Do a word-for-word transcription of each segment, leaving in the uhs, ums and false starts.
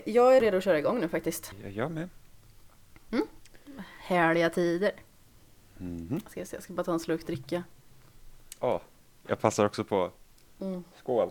Jag är redo att köra igång nu faktiskt. Ja, jag med. Mm. Härliga tider. Mm-hmm. Ska jag, se, jag ska bara ta en slurk dricka. Ja, oh, jag passar också på. Mm. Skål.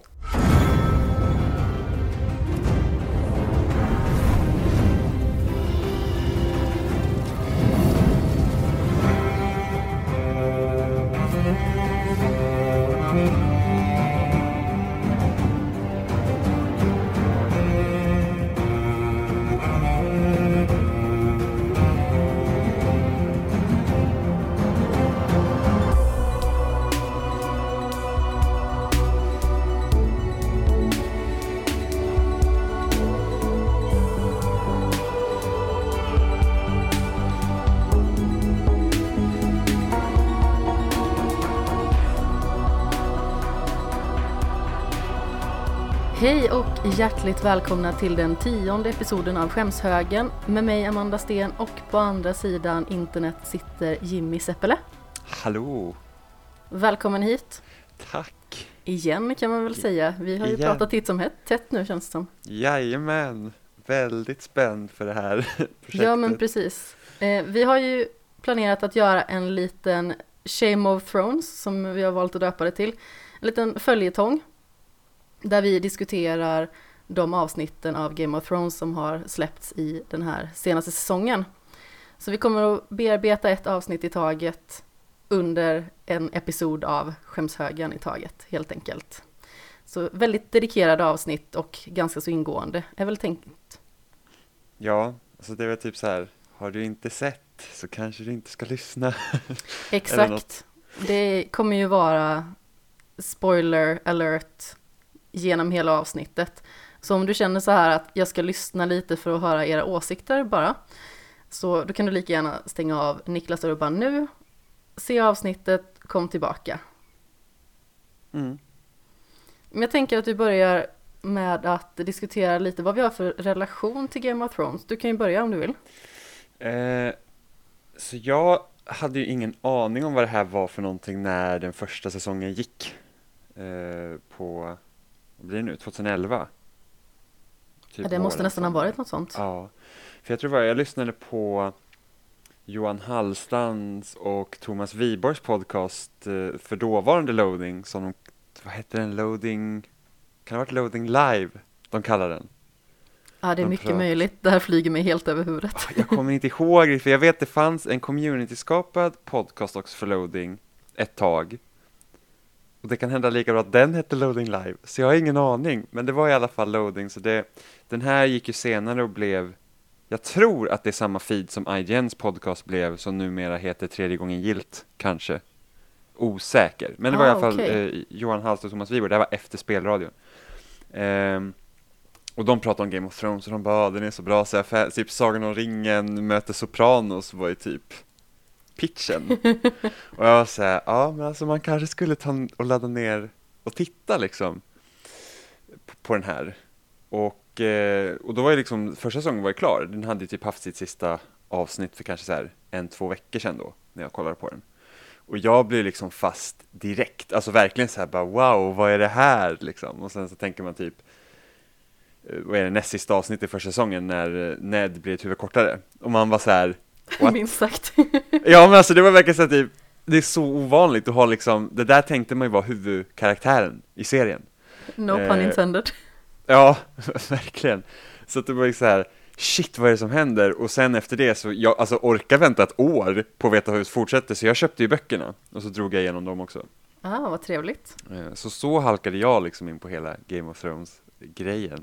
Hej och hjärtligt välkomna till den tionde episoden av Skämshögen med mig Amanda Sten, och på andra sidan internet sitter Jimmy Seppele. Hallå! Välkommen hit. Tack! Igen kan man väl säga. Vi har ju Igen. pratat titt som hett, tätt nu känns det som. Jajamän! Väldigt spänd för det här projektet. Ja men precis. Eh, vi har ju planerat att göra en liten Shame of Thrones som vi har valt att döpa det till. En liten följetong. Där vi diskuterar de avsnitten av Game of Thrones som har släppts i den här senaste säsongen. Så vi kommer att bearbeta ett avsnitt i taget under en episod av Skämshögen i taget, helt enkelt. Så väldigt dedikerade avsnitt och ganska så ingående, är väl tänkt. Ja, alltså det är väl typ så här, har du inte sett så kanske du inte ska lyssna. Exakt. Det kommer ju vara spoiler alert genom hela avsnittet. Så om du känner så här att jag ska lyssna lite för att höra era åsikter bara, så då kan du lika gärna stänga av Niklas Urban nu, se avsnittet, kom tillbaka. Mm. Men jag tänker att vi börjar med att diskutera lite vad vi har för relation till Game of Thrones. Du kan ju börja om du vill. Eh, så jag hade ju ingen aning om vad det här var för någonting när den första säsongen gick. Eh, på... Vad blir det nu? tjugoelva? Typ Ja, det måste våren, nästan ha sommaren. varit något sånt. Ja, för jag tror att jag lyssnade på Johan Hallstands och Thomas Wiborgs podcast eh, för dåvarande Loading, som de, vad heter den? Loading, kan det ha varit Loading Live de kallar den? Ja, det är de mycket pratar. möjligt. Det här flyger mig helt över huvudet. Jag kommer inte ihåg det, för jag vet att det fanns en community-skapad podcast också för Loading ett tag. Och det kan hända lika bra att den hette Loading Live. Så jag har ingen aning. Men det var i alla fall Loading. Så det, den här gick ju senare och blev... Jag tror att det är samma feed som I G N:s podcast blev. Som numera heter Tredje gången gilt. Kanske. Osäker. Men det var Ah, i alla fall okay. eh, Johan Hallst och Thomas Wiborg. Det här var efter spelradion. Ehm, och de pratade om Game of Thrones. Och de bara, ah, den är så bra. Så jag, typ Sagan om ringen möter Sopranos var ju typ... pitchen. Och jag var så här, ja men alltså man kanske skulle ta och ladda ner och titta liksom på, på den här. Och, eh, och då var ju liksom, första säsongen var ju klar. Den hade ju typ haft sitt sista avsnitt för kanske så här en, två veckor sedan då, när jag kollade på den. Och jag blev liksom fast direkt, alltså verkligen så här bara, wow, vad är det här liksom? Och sen så tänker man typ, vad är det, näst sista avsnitt i första säsongen när Ned blir ett huvud kortare. Och man var så här, Minst sagt. ja men alltså det var verkligen så att typ, det är så ovanligt att ha liksom, det där tänkte man ju var huvudkaraktären i serien. No pun Eh, intended. Ja, verkligen. Så att det var ju så här, shit vad är det som händer? Och sen efter det så, jag alltså orkar vänta ett år på att veta hur det fortsätter. Så jag köpte ju böckerna och så drog jag igenom dem också. Ah, vad trevligt. Eh, så så halkade jag liksom in på hela Game of Thrones-grejen.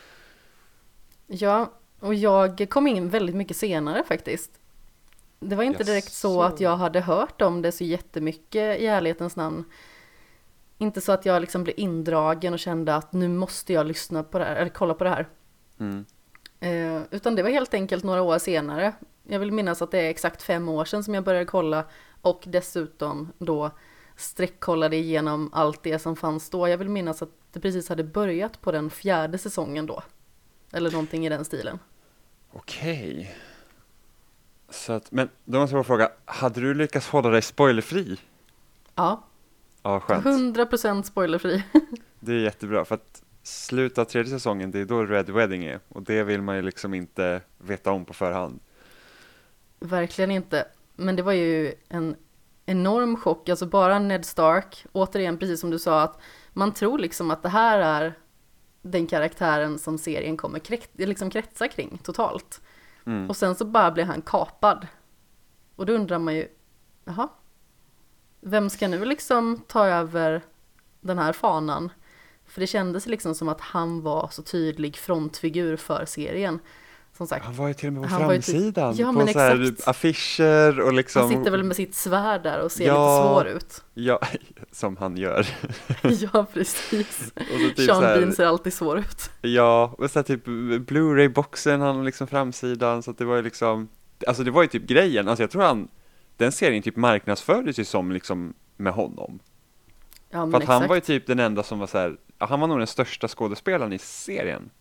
Ja, och jag kom in väldigt mycket senare faktiskt. Det var inte direkt så Jaså. att jag hade hört om det så jättemycket i ärlighetens namn. Inte så att jag liksom blev indragen och kände att nu måste jag lyssna på det här, eller kolla på det här. Mm. Eh, utan det var helt enkelt några år senare. Jag vill minnas att det är exakt fem år sedan som jag började kolla, och dessutom då sträckkollade igenom allt det som fanns då. Jag vill minnas att det precis hade börjat på den fjärde säsongen då. Eller någonting i den stilen. Okej. Så att, men då måste jag bara fråga, hade du lyckats hålla dig spoilerfri? Ja, Ja, skönt. hundra procent spoilerfri. Det är jättebra, för att slutet av tredje säsongen, det är då Red Wedding är. Och det vill man ju liksom inte veta om på förhand. Verkligen inte. Men det var ju en enorm chock. Alltså bara Ned Stark, återigen precis som du sa, att man tror liksom att det här är den karaktären som serien kommer krets, liksom kretsa kring totalt. Mm. Och sen så bara blir han kapad. Och då undrar man ju, jaha, vem ska nu liksom ta över den här fanan? För det kändes liksom som att han var så tydlig frontfigur för serien. Som sagt, Han var ju till och med på han var ju framsidan, ty- ja, på men så här exakt. affischer och liksom... Han sitter väl med sitt svärd där och ser Ja. lite svår ut. Ja, som han gör. Ja, precis. Och så typ Sean så här- Bean ser alltid svår ut. Ja, och så här typ Blu-ray-boxen, han har liksom framsidan, så att det var ju liksom... Alltså det var ju typ grejen, alltså jag tror han... Den serien typ marknadsfördes ju som liksom med honom. Ja, men För att exakt. han var ju typ den enda som var så här... Ja, han var nog den största skådespelaren i serien.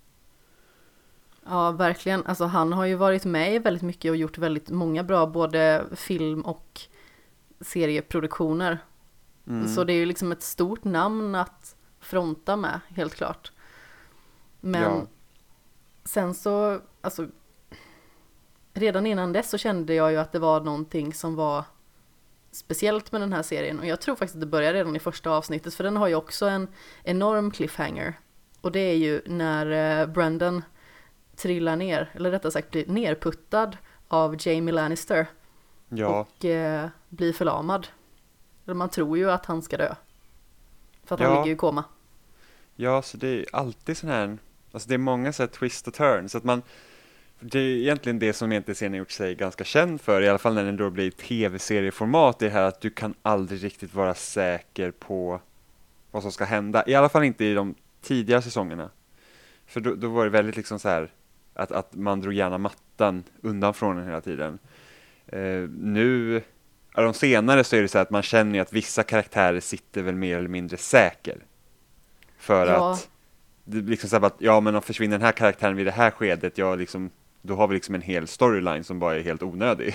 Ja, verkligen. Alltså han har ju varit med i väldigt mycket och gjort väldigt många bra både film- och serieproduktioner. Mm. Så det är ju liksom ett stort namn att fronta med, helt klart. Men Ja. sen så, alltså redan innan dess så kände jag ju att det var någonting som var speciellt med den här serien. Och jag tror faktiskt att det börjar redan i första avsnittet, för den har ju också en enorm cliffhanger. Och det är ju när eh, Brendan trillar ner, eller rättare sagt blir nerputtad av Jaime Lannister Ja, och eh, blir förlamad. Eller man tror ju att han ska dö. För att Ja. han ligger ju i koma. ja, så det är alltid sån här... Alltså det är många så här twist och turns, så att man... Det är egentligen det som egentligen serien har gjort sig ganska känd för, i alla fall när den då blir tv-serieformat, det här att du kan aldrig riktigt vara säker på vad som ska hända. I alla fall inte i de tidiga säsongerna. För då, då var det väldigt liksom så här att, att man drog gärna mattan undan från den hela tiden. Eh, nu, ja, de senare så är det så här att man känner ju att vissa karaktärer sitter väl mer eller mindre säker. För Ja. att det blir liksom så här att, ja men om försvinner den här karaktären vid det här skedet, ja liksom, då har vi liksom en hel storyline som bara är helt onödig.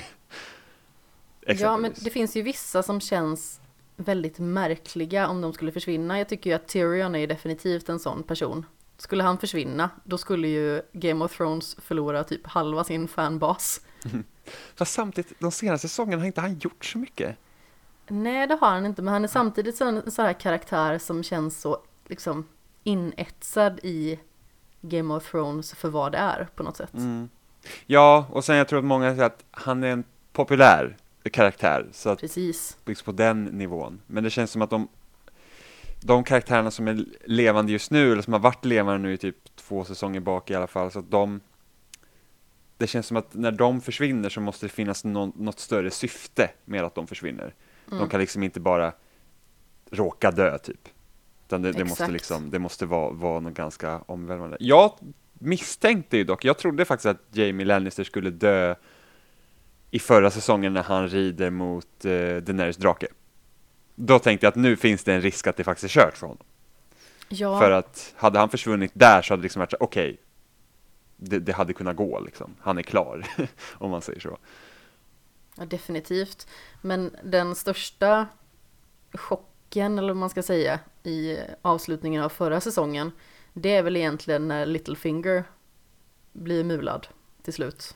Ja, men Exempelvis. det finns ju vissa som känns väldigt märkliga om de skulle försvinna. Jag tycker ju att Tyrion är ju definitivt en sån person. Skulle han försvinna, då skulle ju Game of Thrones förlora typ halva sin fanbas. Fast samtidigt, de senaste säsongerna har inte han gjort så mycket. Nej, det har han inte, men han är samtidigt så en sån här karaktär som känns så liksom inetsad i Game of Thrones för vad det är på något sätt. Mm. Ja, och sen jag tror att många säger att han är en populär karaktär, så att Precis. liksom på den nivån. Men det känns som att de, de karaktärerna som är levande just nu, eller som har varit levande nu i typ två säsonger bak i alla fall, så att de, det känns som att när de försvinner så måste det finnas någon, något större syfte med att de försvinner. Mm. De kan liksom inte bara råka dö typ. Utan det, det måste Exakt. liksom, det måste vara, vara något ganska omvälvande. Jag misstänkte ju dock, jag trodde faktiskt att Jaime Lannister skulle dö i förra säsongen när han rider mot eh, Daenerys drake. Då tänkte jag att nu finns det en risk att det faktiskt är kört för honom. Ja, För att hade han försvunnit där så hade det liksom varit så, okej, okay, det, det hade kunnat gå liksom. Han är klar, om man säger så. ja, definitivt. Men den största chocken, eller vad man ska säga, i avslutningen av förra säsongen, det är väl egentligen när Littlefinger blir mulad till slut.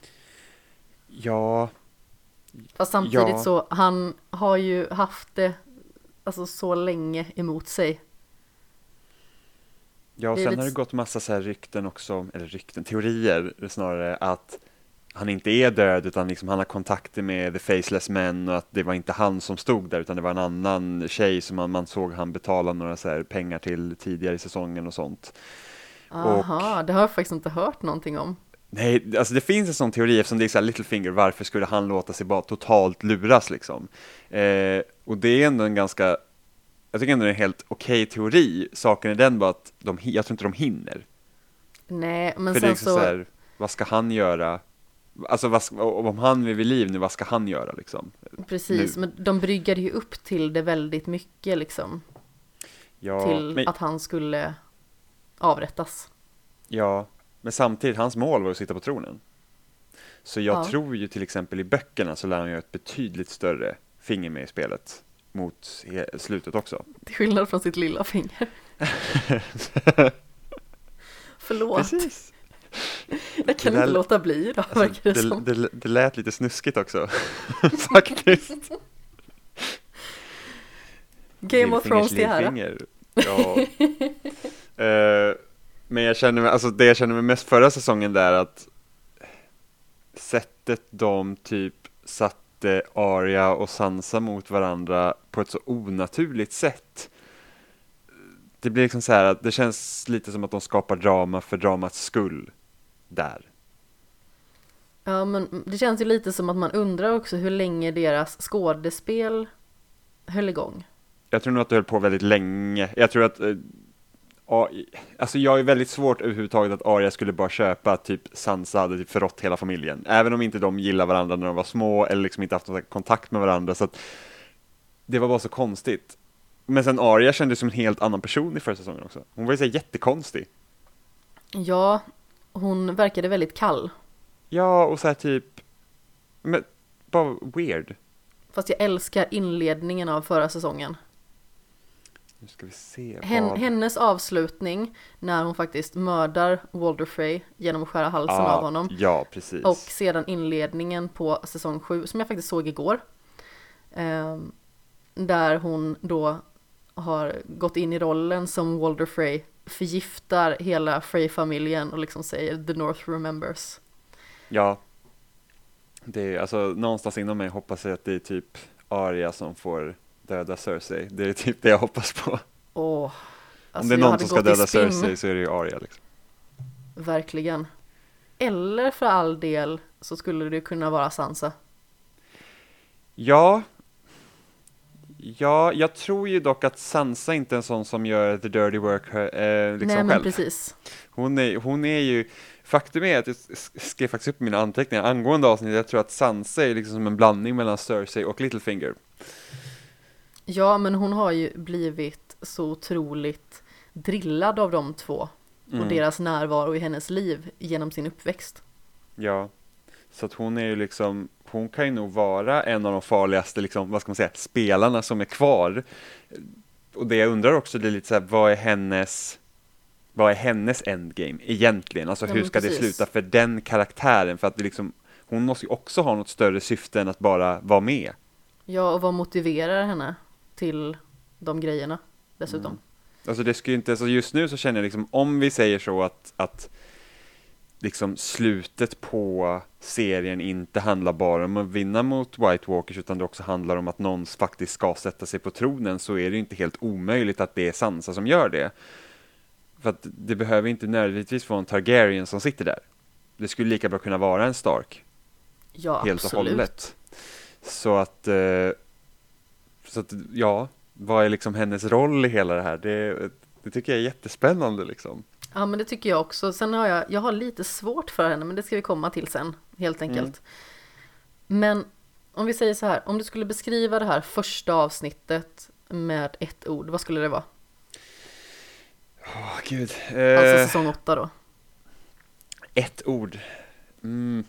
Ja, Fast samtidigt Ja. så, han har ju haft det alltså så länge emot sig. ja och Det är sen lite- har det gått massa så här rykten också, eller rykten, teorier snarare, att han inte är död utan liksom han har kontakter med The Faceless Men och att det var inte han som stod där utan det var en annan tjej som man, man såg han betala några så här pengar till tidigare i säsongen och sånt. Aha, det har jag faktiskt inte hört någonting om. Nej, alltså det finns en sån teori eftersom det är så här Littlefinger, varför skulle han låta sig bara totalt luras liksom? Eh, och det är ändå en ganska, jag tycker ändå det är en helt okej teori. Saken är den bara att de, jag tror inte de hinner. Nej, men För det är sen liksom så, så här, vad ska han göra? Alltså vad, ska- om han är vid liv nu, vad ska han göra liksom? precis, nu. men de bryggade ju upp till det väldigt mycket liksom. Ja, till men, att han skulle avrättas. ja, men samtidigt, hans mål var att sitta på tronen. Så jag Ja. tror ju till exempel i böckerna så lär han ju ett betydligt större finger med i spelet mot he- slutet också. Till skillnad från sitt lilla finger. Förlåt. Precis. Jag kan Det där- inte låta bli då, Alltså, verkar det, det, som. det, det lät lite snuskigt också, faktiskt. Game of Thrones till ära. Lillfinger. Ja. Eh, men jag känner mig, alltså det jag känner mig mest förra säsongen där att sättet de typ satte Arya och Sansa mot varandra på ett så onaturligt sätt. Det blir liksom så här att det känns lite som att de skapar drama för dramats skull där. Ja, men det känns ju lite som att man undrar också hur länge deras skådespel höll igång. Jag tror nog att det höll på väldigt länge. Jag tror att eh, ja, alltså jag är väldigt svårt överhuvudtaget att Arya skulle bara köpa att typ Sansa hade typ förrått hela familjen. Även om inte de gillar varandra när de var små eller liksom inte haft någon kontakt med varandra. Så att det var bara så konstigt. Men sen Arya kändes som en helt annan person i förra säsongen också. Hon var ju så här jättekonstig. Ja, hon verkade väldigt kall. Ja, och så här typ men bara weird. Fast jag älskar inledningen av förra säsongen. Nu ska vi se Hen, vad... hennes avslutning när hon faktiskt mördar Walder Frey genom att skära halsen Ja, av honom. ja, precis. Och sedan inledningen på säsong sju som jag faktiskt såg igår. Eh, där hon då har gått in i rollen som Walder Frey, förgiftar hela Frey-familjen och liksom säger The North remembers. Ja. Det är, alltså någonstans inom mig hoppas jag att det är typ Arya som får döda Cersei. Det är typ det jag hoppas på. Åh, Om alltså det är jag någon hade som ska gått i döda spinn. Cersei så är det ju Arya liksom. Verkligen. Eller för all del så skulle det kunna vara Sansa. Ja. Ja, jag tror ju dock att Sansa inte är en sån som gör the dirty work eh, liksom Nej, men själv. precis. Hon är, hon är ju, faktum är att jag skrev faktiskt upp mina anteckningar angående avsnittet. Jag tror att Sansa är liksom som en blandning mellan Cersei och Littlefinger. Ja, men hon har ju blivit så otroligt drillad av de två Mm. och deras närvaro i hennes liv genom sin uppväxt. Ja, så att hon är ju liksom, hon kan ju nog vara en av de farligaste, liksom, vad ska man säga, spelarna som är kvar. Och det jag undrar också, det är lite så här, vad är hennes, vad är hennes endgame egentligen? Alltså Ja, hur men ska precis. det sluta för den karaktären? För att det liksom, hon måste ju också ha något större syfte än att bara vara med. Ja, och vad motiverar henne till de grejerna dessutom? Mm. Alltså det skulle ju inte, så just nu så känner jag liksom, om vi säger så att, att liksom slutet på serien inte handlar bara om att vinna mot White Walkers utan det också handlar om att någon faktiskt ska sätta sig på tronen, så är det ju inte helt omöjligt att det är Sansa som gör det. För att det behöver inte nödvändigtvis vara en Targaryen som sitter där. Det skulle lika bra kunna vara en Stark. Ja, Helt och absolut. hållet. Så att, eh, så att ja, vad är liksom hennes roll i hela det här? Det, det tycker jag är jättespännande liksom. Ja, men det tycker jag också. Sen har jag, jag har lite svårt för henne, men det ska vi komma till sen, helt enkelt. Mm. Men om vi säger så här, om du skulle beskriva det här första avsnittet med ett ord, vad skulle det vara? Åh, gud. Alltså Eh, säsong åtta då. ett ord. Mm.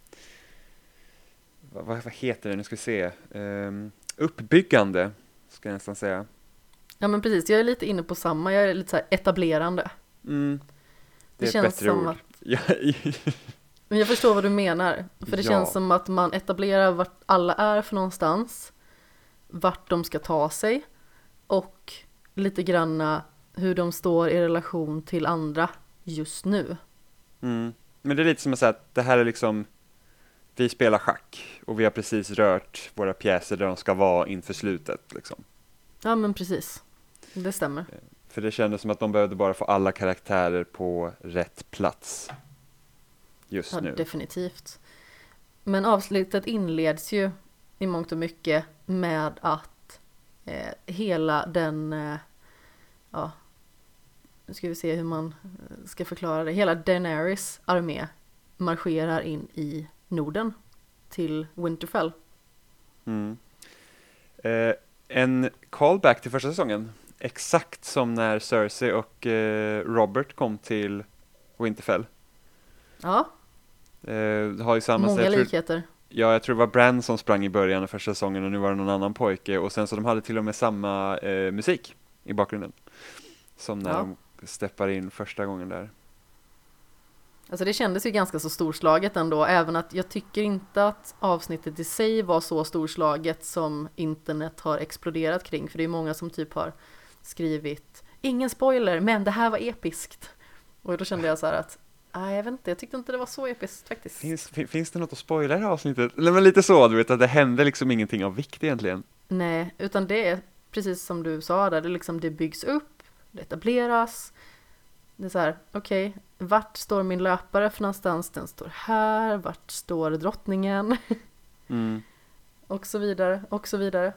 Vad, vad vad heter det? Nu ska vi se. Um, uppbyggande, ska jag nästan säga. Ja, men precis, jag är lite inne på samma, jag är lite så här etablerande. Mm. Det, Det är känns ett bättre som ord. att- Ja, Men jag förstår vad du menar, för det Ja. känns som att man etablerar vart alla är för någonstans, vart de ska ta sig och lite granna hur de står i relation till andra just nu. mm. Men det är lite som att säga att det här är liksom, vi spelar schack och vi har precis rört våra pjäser där de ska vara inför slutet liksom. Ja, men precis. Det stämmer. För det kändes som att de behövde bara få alla karaktärer på rätt plats just Ja, nu. definitivt. Men avslutet inleds ju i mångt och mycket med att eh, hela den, eh, ja, nu ska vi se hur man eh, ska förklara det, hela Daenerys armé marscherar in i Norden till Winterfell. Mm. Eh, en callback till första säsongen. Exakt som när Cersei och eh, Robert kom till Winterfell. Ja, Eh, det har ju samma många jag tror, likheter. Ja, jag tror det var Bran som sprang i början av första säsongen och nu var det någon annan pojke. Och sen så de hade till och med samma eh, musik i bakgrunden. Som när Ja. de steppar in första gången där. Alltså det kändes ju ganska så storslaget ändå, även att jag tycker inte att avsnittet i sig var så storslaget som internet har exploderat kring, för det är många som typ har skrivit ingen spoiler, men det här var episkt. Och då kände jag så här att nej, jag vet inte, jag tyckte inte det var så episkt faktiskt. Finns, finns det något att spoila i det här avsnittet? Nej, men lite så, du vet, att det hände liksom ingenting av vikt egentligen. Nej, utan det är precis som du sa där, det, liksom, det byggs upp, det etableras. Det är så här, okej, okay, vart står min löpare för någonstans? Den står här, vart står drottningen? Mm. Och så vidare, och så vidare.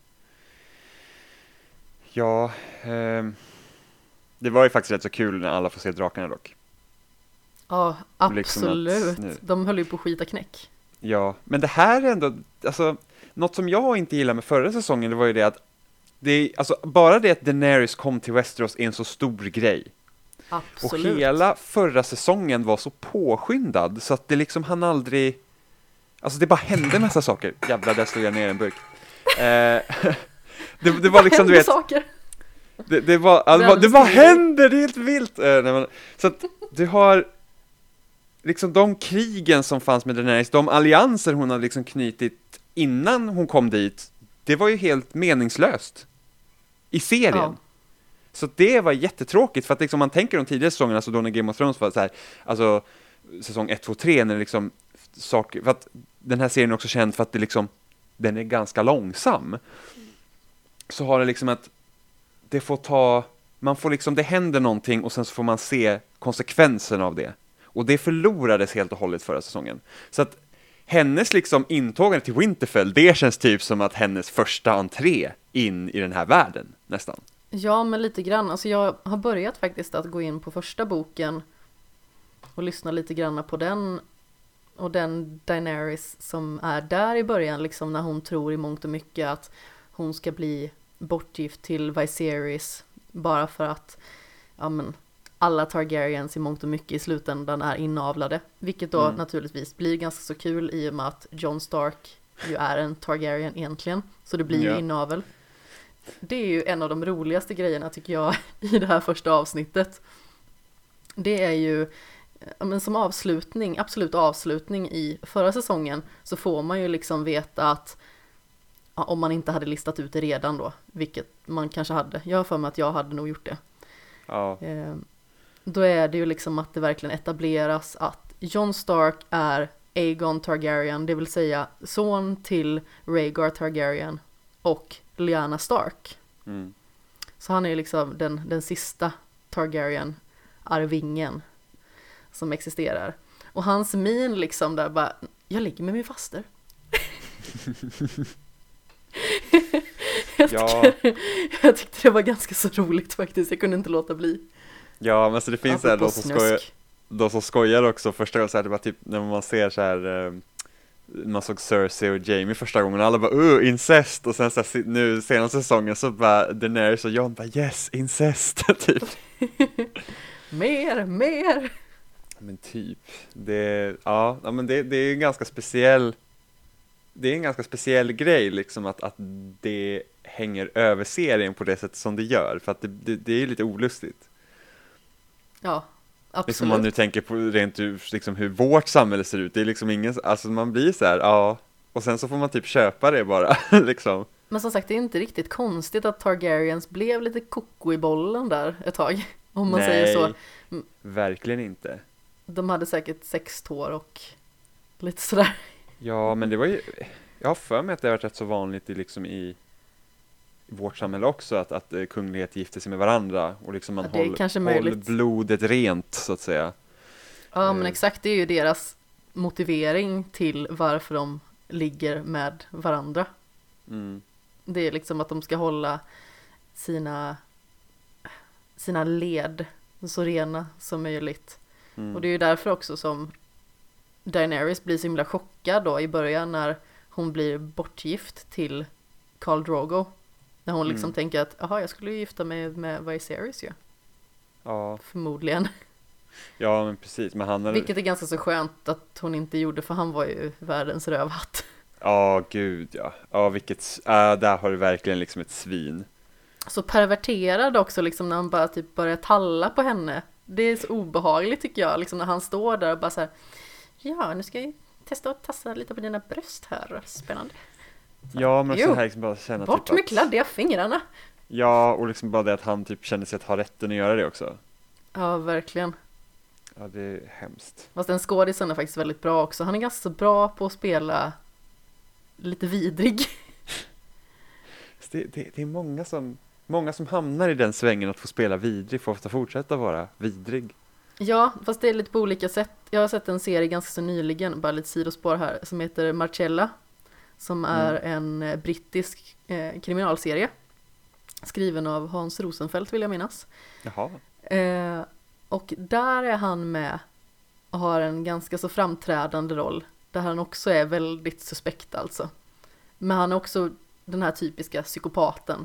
Ja, eh, det var ju faktiskt rätt så kul när alla får se drakarna dock. Ja, absolut. Liksom att, de höll ju på att skita knäck. Ja, men det här är ändå, alltså, något som jag inte gillar med förra säsongen, det var ju det att det, alltså, bara det att Daenerys kom till Westeros är en så stor grej. Absolut. Och hela förra säsongen var så påskyndad så att det liksom han aldrig, alltså det bara hände en massa saker. Jävlar, där slog jag ner en burk. Eh, det, det var liksom, du vet, saker. Det, det var, alltså, det bara händer, det är helt vilt. Eh, nej, men, så att du har liksom de krigen som fanns med Daenerys, de allianser hon hade liksom knutit innan hon kom dit, det var ju helt meningslöst i serien. Ja. Så det var jättetråkigt, för att liksom man tänker de tidigare säsongerna, alltså då när Game of Thrones var så här, alltså säsong ett, två, tre, när det liksom saker, för att den här serien är också känd för att det liksom, den är ganska långsam. Så har det liksom att det får ta, man får liksom, det händer någonting och sen så får man se konsekvenserna av det. Och det förlorades helt och hållet förra säsongen. Så att hennes liksom intågande till Winterfell, det känns typ som att hennes första entré in i den här världen, nästan. Ja, men lite grann. Alltså jag har börjat faktiskt att gå in på första boken och lyssna lite grann på den och den Daenerys som är där i början, liksom när hon tror i mångt och mycket att hon ska bli bortgift till Viserys bara för att ja, men, alla Targaryens i mångt och mycket i slutändan är inavlade, vilket då mm. naturligtvis blir ganska så kul i och med att Jon Stark ju är en Targaryen egentligen, så det blir ju ja. inavel. Det är ju en av de roligaste grejerna tycker jag i det här första avsnittet. Det är ju men som avslutning, absolut avslutning i förra säsongen, så får man ju liksom veta att ja, om man inte hade listat ut det redan då, vilket man kanske hade, jag har för mig att jag hade nog gjort det. Ja. Eh, då är det ju liksom att det verkligen etableras att Jon Stark är Aegon Targaryen, det vill säga son till Rhaegar Targaryen och Lyanna Stark. Mm. Så han är liksom den, den sista Targaryen-arvingen som existerar. Och hans min liksom där bara, jag ligger med min faster. jag, ja. tyckte, jag tyckte det var ganska så roligt faktiskt, jag kunde inte låta bli. Ja, men så det finns här de som, skojar, de som skojar också första gången, så här, det var typ när man ser så här, eh, man såg Cersei och Jaime första gången, alla bara, uh, incest, och sen så här, nu senaste säsongen så bara Daenerys och Jon bara, yes, incest, typ. mer, mer. Men typ, det, ja, ja men det, det är en ganska speciell, det är en ganska speciell grej liksom att, att det hänger över serien på det sättet som det gör, för att det, det, det är lite olustigt. Ja, absolut. Liksom man nu tänker på rent liksom hur vårt samhälle ser ut, det är liksom ingen, alltså man blir så här, ja, och sen så får man typ köpa det bara, liksom. Men som sagt, det är inte riktigt konstigt att Targaryens blev lite koko i bollen där ett tag, om man Nej, säger så. Verkligen inte. De hade säkert sex tår och lite sådär. Ja, men det var ju, jag har för mig att det har varit rätt så vanligt i, liksom i vårt samhälle också, att, att kunglighet gifter sig med varandra och liksom man ja, håller, håller blodet rent, så att säga. Ja, men exakt, det är ju deras motivering till varför de ligger med varandra. Mm. Det är liksom att de ska hålla sina sina led så rena som möjligt. Mm. Och det är ju därför också som Daenerys blir så himla chockad då i början när hon blir bortgift till Khal Drogo. När hon liksom mm. tänker att jaha, jag skulle ju gifta mig med Viserys ju. Ja. Förmodligen. Ja, men precis. Men han är... Vilket är ganska så skönt att hon inte gjorde, för han var ju världens rövhatt. Ja, gud ja. Ja, vilket... Äh, där har du verkligen liksom ett svin. Så perverterad också liksom när han bara typ börjar talla på henne Det är så obehagligt tycker jag, liksom när han står där och bara så här, ja, nu ska jag testa att tassa lite på dina bröst här, spännande. Så, Ja, men jo, så här liksom bara känna bort typ med att, kladdiga fingrarna. ja, och liksom bara det att han typ känner sig att ha rätten att göra det också. Ja, verkligen. Ja, det är hemskt. Fast den skådisen är faktiskt väldigt bra också. Han är ganska så bra på att spela lite vidrig. Det, det, det är många som, många som hamnar i den svängen att få spela vidrig för att fortsätta vara vidrig. Ja, fast det är lite på olika sätt. Jag har sett en serie ganska så nyligen, bara lite sidospår här, som heter Marcella. Som är mm. en brittisk eh, kriminalserie. Skriven av Hans Rosenfeldt vill jag minnas. Jaha. Eh, och där är han med och har en ganska så framträdande roll. Där han också är väldigt suspekt alltså. Men han är också den här typiska psykopaten.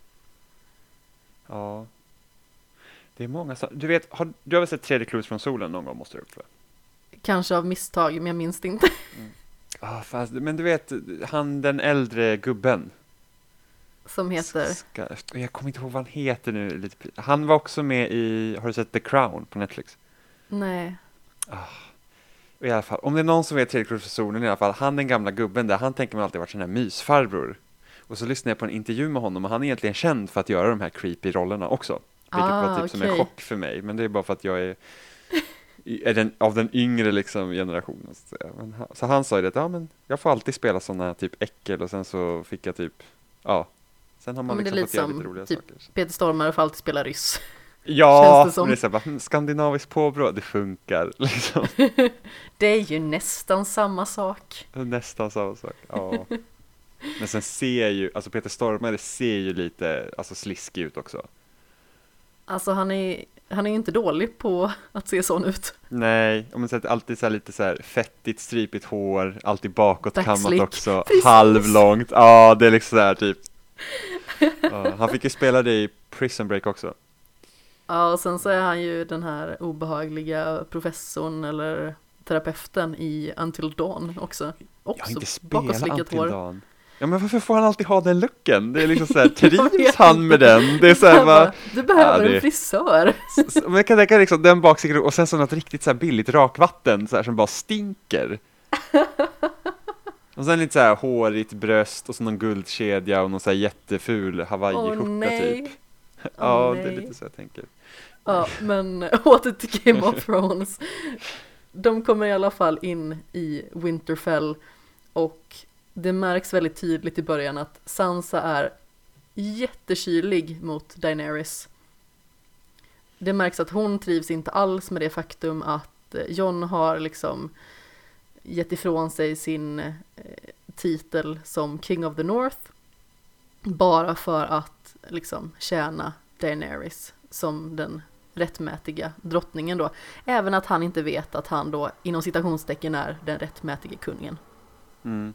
Ja. Det är många som, du vet, har, du har väl sett Tredje klot från solen någon gång måste du upp för? Kanske av misstag, men jag minns det inte. Mm. Ah, fast, men du vet, han den äldre gubben. Som heter? Ska, jag kommer inte ihåg vad han heter nu. Lite, han var också med i, har du sett The Crown på Netflix? Nej. Ah. I alla fall, om det är någon som vet Tredje klot från solen i alla fall, han den gamla gubben där, han tänker man alltid varit sån här mysfarbror. Och så lyssnade jag på en intervju med honom och han är egentligen känd för att göra de här creepy rollerna också. Vilket ah, var typ okay. som en chock för mig, men det är bara för att jag är, är den, av den yngre liksom generationen. Så, men, så han sa ju det, ja men jag får alltid spela sådana typ äckel och sen så fick jag typ, ja, sen har man ja, liksom fått göra lite roliga typ saker. Peter Stormare får alltid spela ryss. Ja, det, det är så här, bara, skandinavisk påbrå, det funkar liksom. Det är ju nästan samma sak. Nästan samma sak, ja. Men sen ser ju, alltså Peter Stormare ser ju lite alltså sliskig ut också. Alltså han är han är ju inte dålig på att se sån ut. Nej, om man säger alltid så här lite så här fettigt, stripigt hår, alltid bakåt kammat också, precis. Halvlångt. Ja, det är liksom så här typ. Ja, han fick ju spela det i Prison Break också. Ja, och sen så är han ju den här obehagliga professorn eller terapeuten i Until Dawn också. Också jag har inte spelat Until hår. Dawn. Ja, men varför får han alltid ha den looken? Det är liksom så här, trivs han med den? Det är så här, bara, du behöver ja, det, en frisör. Så, så, men jag kan tänka liksom den baksidan och sen så något riktigt så här billigt rakvatten så här, som bara stinker. Och sen lite så här hårigt bröst och så någon guldkedja och någon så här jätteful Hawaii-skjorta oh, typ. Oh, ja, nej. det är lite så jag tänker. Ja, men åter till Game of Thrones. De kommer i alla fall in i Winterfell och det märks väldigt tydligt i början att Sansa är jättekylig mot Daenerys. Det märks att hon trivs inte alls med det faktum att Jon har liksom gett ifrån sig sin eh, titel som King of the North bara för att liksom tjäna Daenerys som den rättmätiga drottningen då. Även att han inte vet att han då inom citationstecken är den rättmätiga kungen. Mm.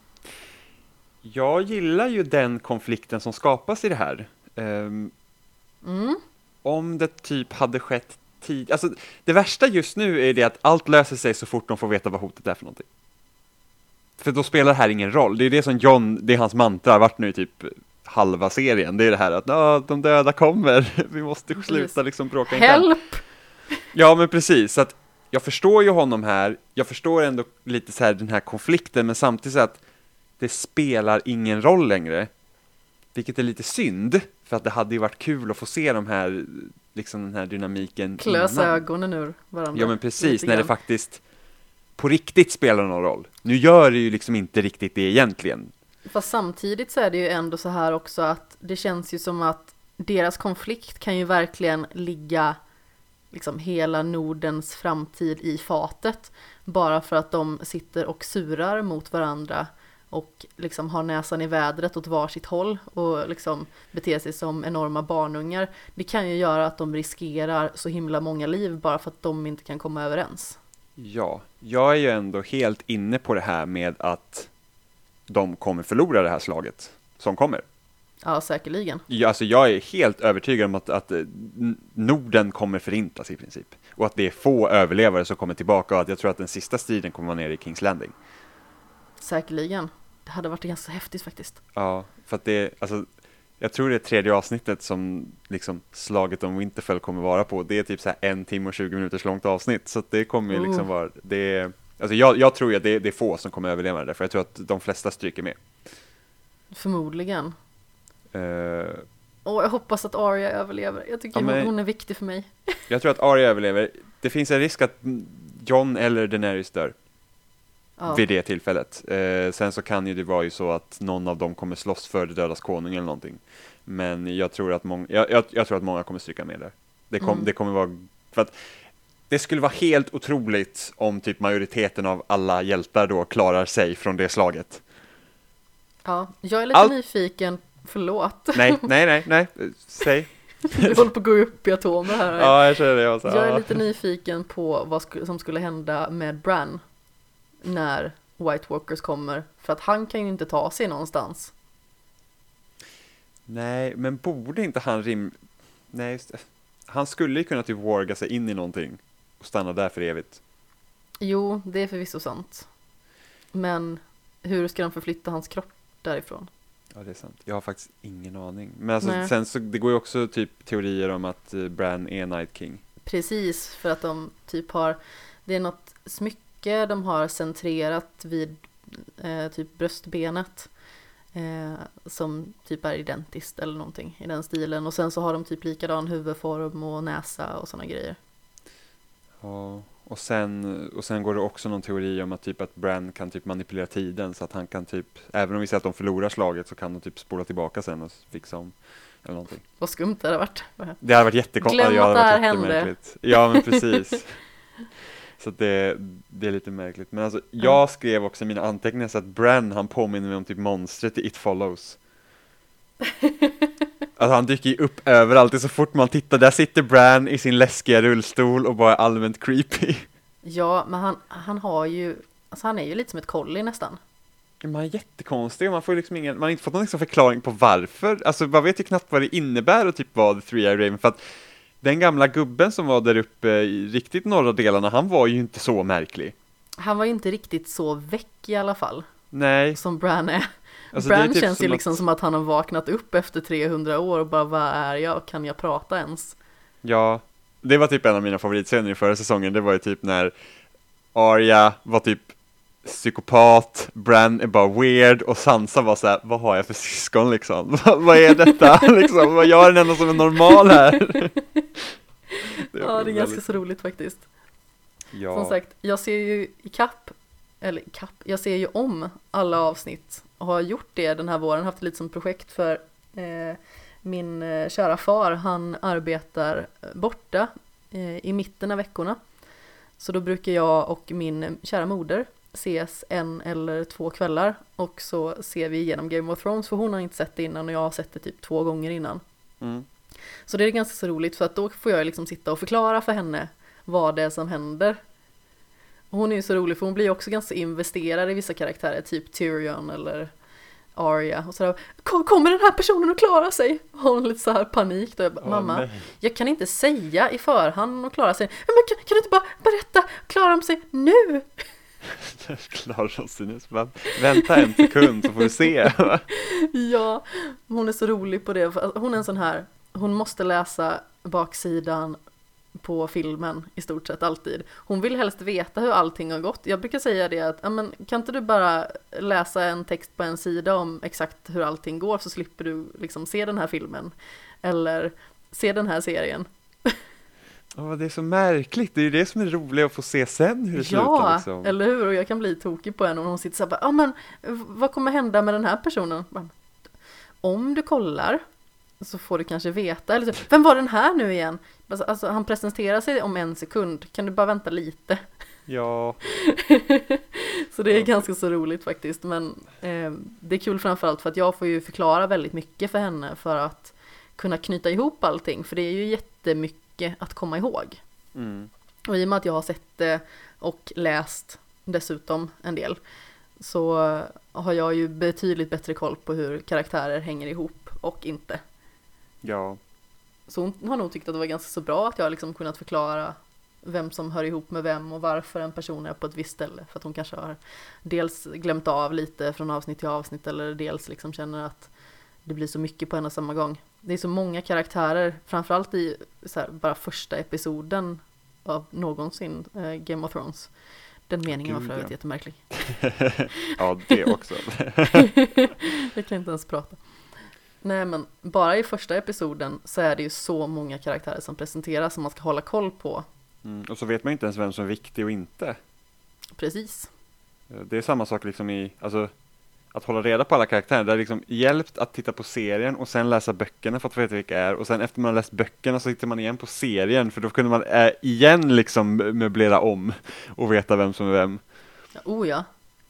Jag gillar ju den konflikten som skapas i det här. Um, mm. Om det typ hade skett tid... Alltså, det värsta just nu är det att allt löser sig så fort de får veta vad hotet är för någonting. För då spelar det här ingen roll. Det är det som Jon, det är hans mantra har varit nu i typ halva serien. Det är det här att de döda kommer. Vi måste sluta liksom bråka. Help! Ja, men precis. Så att jag förstår ju honom här. Jag förstår ändå lite så här den här konflikten, men samtidigt så att det spelar ingen roll längre. Vilket är lite synd, för att det hade ju varit kul att få se de här, liksom den här dynamiken. Klösa ögonen ur varandra. Ja, men precis, när det faktiskt på riktigt spelar någon roll. Nu gör det ju liksom inte riktigt det egentligen. Fast samtidigt så är det ju ändå så här också att det känns ju som att deras konflikt kan ju verkligen ligga liksom hela Nordens framtid i fatet. Bara för att de sitter och surar mot varandra och liksom har näsan i vädret åt varsitt håll och liksom beter sig som enorma barnungar. Det kan ju göra att de riskerar så himla många liv bara för att de inte kan komma överens. Ja, jag är ju ändå helt inne på det här med att de kommer förlora det här slaget som kommer. Ja, säkerligen. Ja, alltså jag är helt övertygad om att, att Norden kommer förintas i princip. Och att det är få överlevare som kommer tillbaka och att jag tror att den sista striden kommer vara nere i King's Landing. Säkerligen. Det hade varit ganska häftigt faktiskt. Ja, för att det, alltså, Jag tror det är tredje avsnittet som liksom slaget om Winterfell kommer vara på. Det är typ så här en timme och tjugo minuters långt avsnitt. Så att det kommer ju liksom Oh. vara, det är, alltså jag, jag tror ju att det, det är få som kommer överleva det, för jag tror att de flesta stryker med. Förmodligen. Eh, Och jag hoppas att Arya överlever. Jag tycker Ja, men- hon, hon är viktig för mig. jag tror att Arya överlever. Det finns en risk att Jon eller Daenerys dör Ja. vid det tillfället. Eh, sen så kan ju det vara ju så att någon av dem kommer slåss för det dödas konung eller någonting. Men jag tror att många, jag, jag, jag tror att många kommer stryka med där. Det, kom, Mm. det kommer vara, för att det skulle vara helt otroligt om typ majoriteten av alla hjältar då klarar sig från det slaget. Ja, jag är lite Allt- nyfiken. Förlåt. Nej, nej, nej, nej, säg. Du håller på att gå upp i atomer här. Ja, jag känner det. Jag, så, Jag är ja. lite nyfiken på vad sk- som skulle hända med Bran när White Walkers kommer. För att han kan ju inte ta sig någonstans. Nej, men borde inte han rim... Nej, just det. Han skulle ju kunna typ warga sig in i någonting och stanna där för evigt. Jo, det är förvisso sant. Men hur ska de förflytta hans kropp därifrån? Ja, det är sant. Jag har faktiskt ingen aning. Men alltså, Nej. sen så, det går ju också typ teorier om att uh, Bran är Night King. Precis, för att de typ har, det är något smycke de har centrerat vid eh, typ bröstbenet eh, som typ är identiskt eller någonting i den stilen. Och sen så har de typ likadan huvudform och näsa och sådana grejer. Ja, och sen, och sen går det också någon teori om att typ att Bran kan typ manipulera tiden så att han kan typ, även om vi säger att de förlorar slaget så kan de typ spola tillbaka sen och fixa om eller någonting. Vad skumt det hade varit. Det hade varit jättekonstigt. Glöm att det här hände. Ja, men precis. Så att det, det är lite märkligt. Men alltså, jag skrev också i mina anteckningar så att Bran, han påminner mig om typ monstret i It Follows. Alltså han dyker ju upp överallt. Det är så fort man tittar, där sitter Bran i sin läskiga rullstol och bara är allmänt creepy. Ja, men han, han har ju, alltså han är ju lite som ett collie nästan. Man är jättekonstig och man får ju liksom ingen, man har inte fått någon liksom förklaring på varför. Alltså man vet ju knappt vad det innebär och typ vad The Three-Eyed Raven, för att den gamla gubben som var där uppe i riktigt norra delarna, han var ju inte så märklig. Han var ju inte riktigt så väck i alla fall, Nej. som Bran är. Alltså, det är Bran typ känns ju som liksom att- som att han har vaknat upp efter trehundra år och bara, vad är jag? Kan jag prata ens? Ja, det var typ en av mina favoritscener i förra säsongen. Det var ju typ när Arya var typ psykopat, Bran är bara weird och Sansa var så här: vad har jag för syskon liksom? vad är detta? liksom, vad gör den enda som är normal här? det Ja, det är ganska så roligt faktiskt. Ja. Som sagt, jag ser ju i kapp, eller i kapp, jag ser ju om alla avsnitt och har gjort det den här våren, haft lite som projekt för eh, min eh, kära far, han arbetar borta eh, i mitten av veckorna. Så då brukar jag och min kära moder ses en eller två kvällar och så ser vi igenom Game of Thrones, för hon har inte sett det innan och jag har sett det typ två gånger innan. Mm. Så det är ganska så roligt, för att då får jag liksom sitta och förklara för henne vad det är som händer. Och hon är ju så rolig, för hon blir ju också ganska investerad i vissa karaktärer, typ Tyrion eller Arya. Och sådär, kommer den här personen att klara sig? Och hon har lite så här panik då. Jag bara, Åh, mamma, nej. jag kan inte säga i förhand att klara sig. Men kan, kan du inte bara berätta, klarar de sig nu? Klarar oss nu. Så bara, vänta en sekund så får vi se. Ja, hon är så rolig på det. För hon är en sån här, hon måste läsa baksidan på filmen i stort sett alltid. Hon vill helst veta hur allting har gått. Jag brukar säga det att, men, kan inte du bara läsa en text på en sida om exakt hur allting går, så slipper du liksom se den här filmen eller se den här serien. Åh, det är så märkligt. Det är ju det som är roligt att få se sen hur det slutar. Ja, Liksom. eller hur? Och jag kan bli tokig på henne och hon sitter så här, ja men vad kommer hända med den här personen? Bara, om du kollar så får du kanske veta. Eller så, vem var den här nu igen? Alltså, alltså han presenterar sig om en sekund. Kan du bara vänta lite? Ja. Så det är ganska så roligt faktiskt. Men eh, det är kul framförallt för att jag får ju förklara väldigt mycket för henne för att kunna knyta ihop allting. För det är ju jättemycket att komma ihåg. Mm. Och i och med att jag har sett det och läst dessutom en del, så har jag ju betydligt bättre koll på hur karaktärer hänger ihop och inte. Ja. Så hon har nog tyckt att det var ganska så bra att jag liksom kunnat förklara vem som hör ihop med vem och varför en person är på ett visst ställe. För att hon kanske har dels glömt av lite från avsnitt till avsnitt, eller dels liksom känner att det blir så mycket på en och samma gång. Det är så många karaktärer, framförallt i så här, bara första episoden av någonsin eh, Game of Thrones. Den meningen var för övrigt jättemärklig. Ja, det också. Jag kan inte ens prata. Nej, men bara i första episoden så är det ju så många karaktärer som presenteras som man ska hålla koll på. Mm, och så vet man inte ens vem som är viktig och inte. Precis. Det är samma sak liksom i, alltså att hålla reda på alla karaktärer. Det har liksom hjälpt att titta på serien och sen läsa böckerna för att få veta vilka det är. Och sen efter man har läst böckerna så tittar man igen på serien, för då kunde man äh, igen liksom möblera om och veta vem som är vem. Oh ja.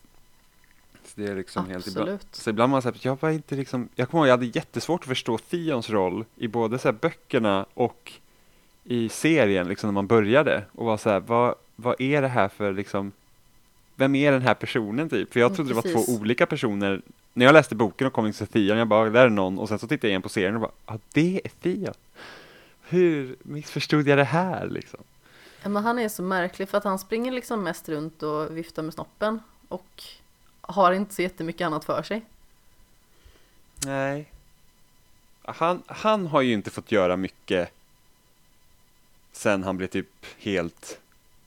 Så det är liksom Absolut. helt ibland. Så ibland man säger jag var inte liksom, jag kommer ihåg, jag hade jättesvårt att förstå Theons roll i både så här böckerna och i serien liksom när man började och var så här, vad vad är det här för liksom, vem är den här personen typ? För jag trodde mm, det var två olika personer. När jag läste boken och kom in till Theon, jag bara, där är någon. Och sen så tittade jag igen på serien och bara, ja, ah, det är Theon. Hur missförstod jag det här liksom? Ja, men han är så märklig för att han springer liksom mest runt och viftar med snoppen. Och har inte så jättemycket annat för sig. Nej. Han, han har ju inte fått göra mycket sen han blev typ helt,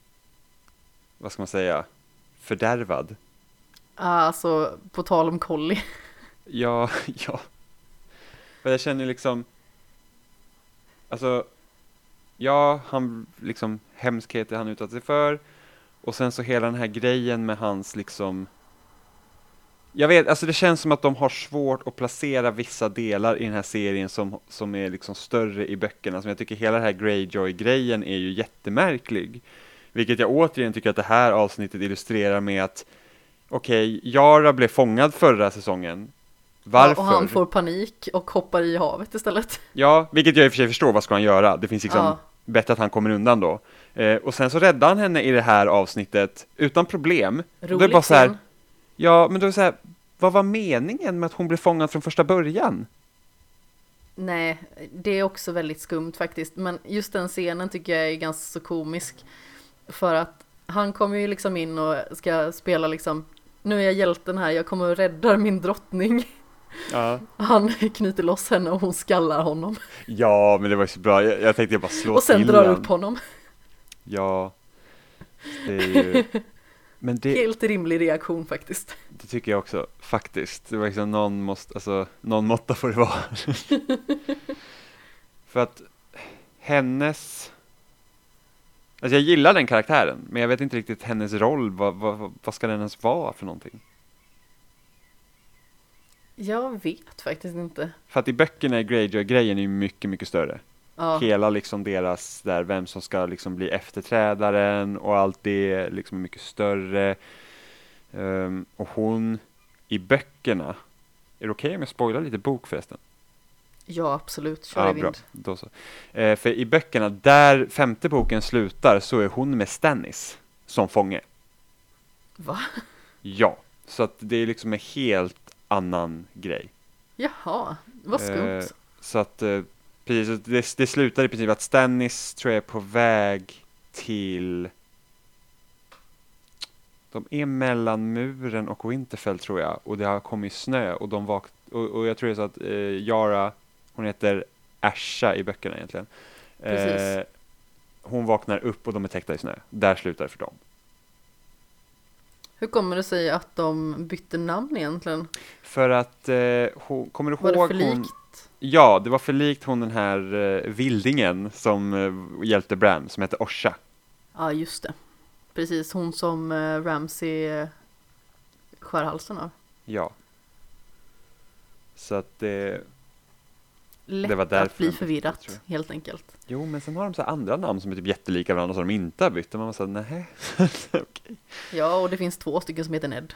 vad ska man säga, fördärvad. Alltså, på tal om Collie. Ja, ja. För jag känner liksom, alltså, ja, han liksom, hemskheter han utsatt sig för. Och sen så hela den här grejen med hans liksom, jag vet, alltså det känns som att de har svårt att placera vissa delar i den här serien som, som är liksom större i böckerna. Som jag tycker hela den här Greyjoy-grejen är ju jättemärklig. Vilket jag återigen tycker att det här avsnittet illustrerar med att okej, okay, Yara blev fångad förra säsongen. Varför? Ja, och han får panik och hoppar i havet istället. Ja, vilket jag i och för sig förstår, vad ska han göra? Det finns liksom, ja, bättre att han kommer undan då. Eh, och sen så räddar han henne i det här avsnittet utan problem. Roligt. Då är det bara så här, ja, men då är det så här, vad var meningen med att hon blev fångad från första början? Nej, det är också väldigt skumt faktiskt. Men just den scenen tycker jag är ganska så komisk. För att han kommer ju liksom in och ska spela liksom, nu är jag hjälten här, jag kommer och räddar min drottning. Ja. Han knyter loss henne och hon skallar honom. Ja, men det var ju så bra. Jag, jag tänkte jag bara slå och sen till drar den. upp honom. Ja, det är ju... Men det... Helt rimlig reaktion faktiskt. Det tycker jag också, faktiskt. Det var liksom någon måste, alltså, någon måtta får det vara. För att hennes... Alltså jag gillar den karaktären, men jag vet inte riktigt hennes roll. Vad, vad, vad ska den ens vara för någonting? Jag vet faktiskt inte. För att i böckerna är Greyjoy-grejen är ju mycket, mycket större. Ja. Hela liksom deras, där vem som ska liksom bli efterträdaren och allt det liksom är mycket större. Um, och hon i böckerna, är det okej okay om jag spoilar lite bok förresten? Ja, absolut. Kör ja, i vind. bra. Då så. Uh, för i böckerna, där femte boken slutar, så är hon med Stannis som fånge. Va? Ja, så att det är liksom en helt annan grej. Jaha, vad skumt. Uh, så att uh, precis, det, det slutar i princip att Stannis tror jag är på väg till... De är mellan muren och Winterfell tror jag. Och det har kommit snö. Och, de vak- och, och jag tror det är så att eh, Yara, hon heter Asha i böckerna egentligen. Eh, hon vaknar upp och de är täckta i snö. Där slutar det för dem. Hur kommer det sig att de bytte namn egentligen? För att, eh, hon, kommer du var ihåg det för likt? Hon, ja, det var för likt hon den här eh, vildingen som eh, hjälpte Bran, som heter Osha. Ja, just det. Precis, hon som eh, Ramsay eh, skär halsen av. Ja. Så att det... Lätt det var därför att bli förvirrat, bytte, helt enkelt. Jo, men sen har de så här andra namn som är typ jättelika varandra som de inte har bytt. Och man var så här, nej. Okay. Ja, och det finns två stycken som heter Ned.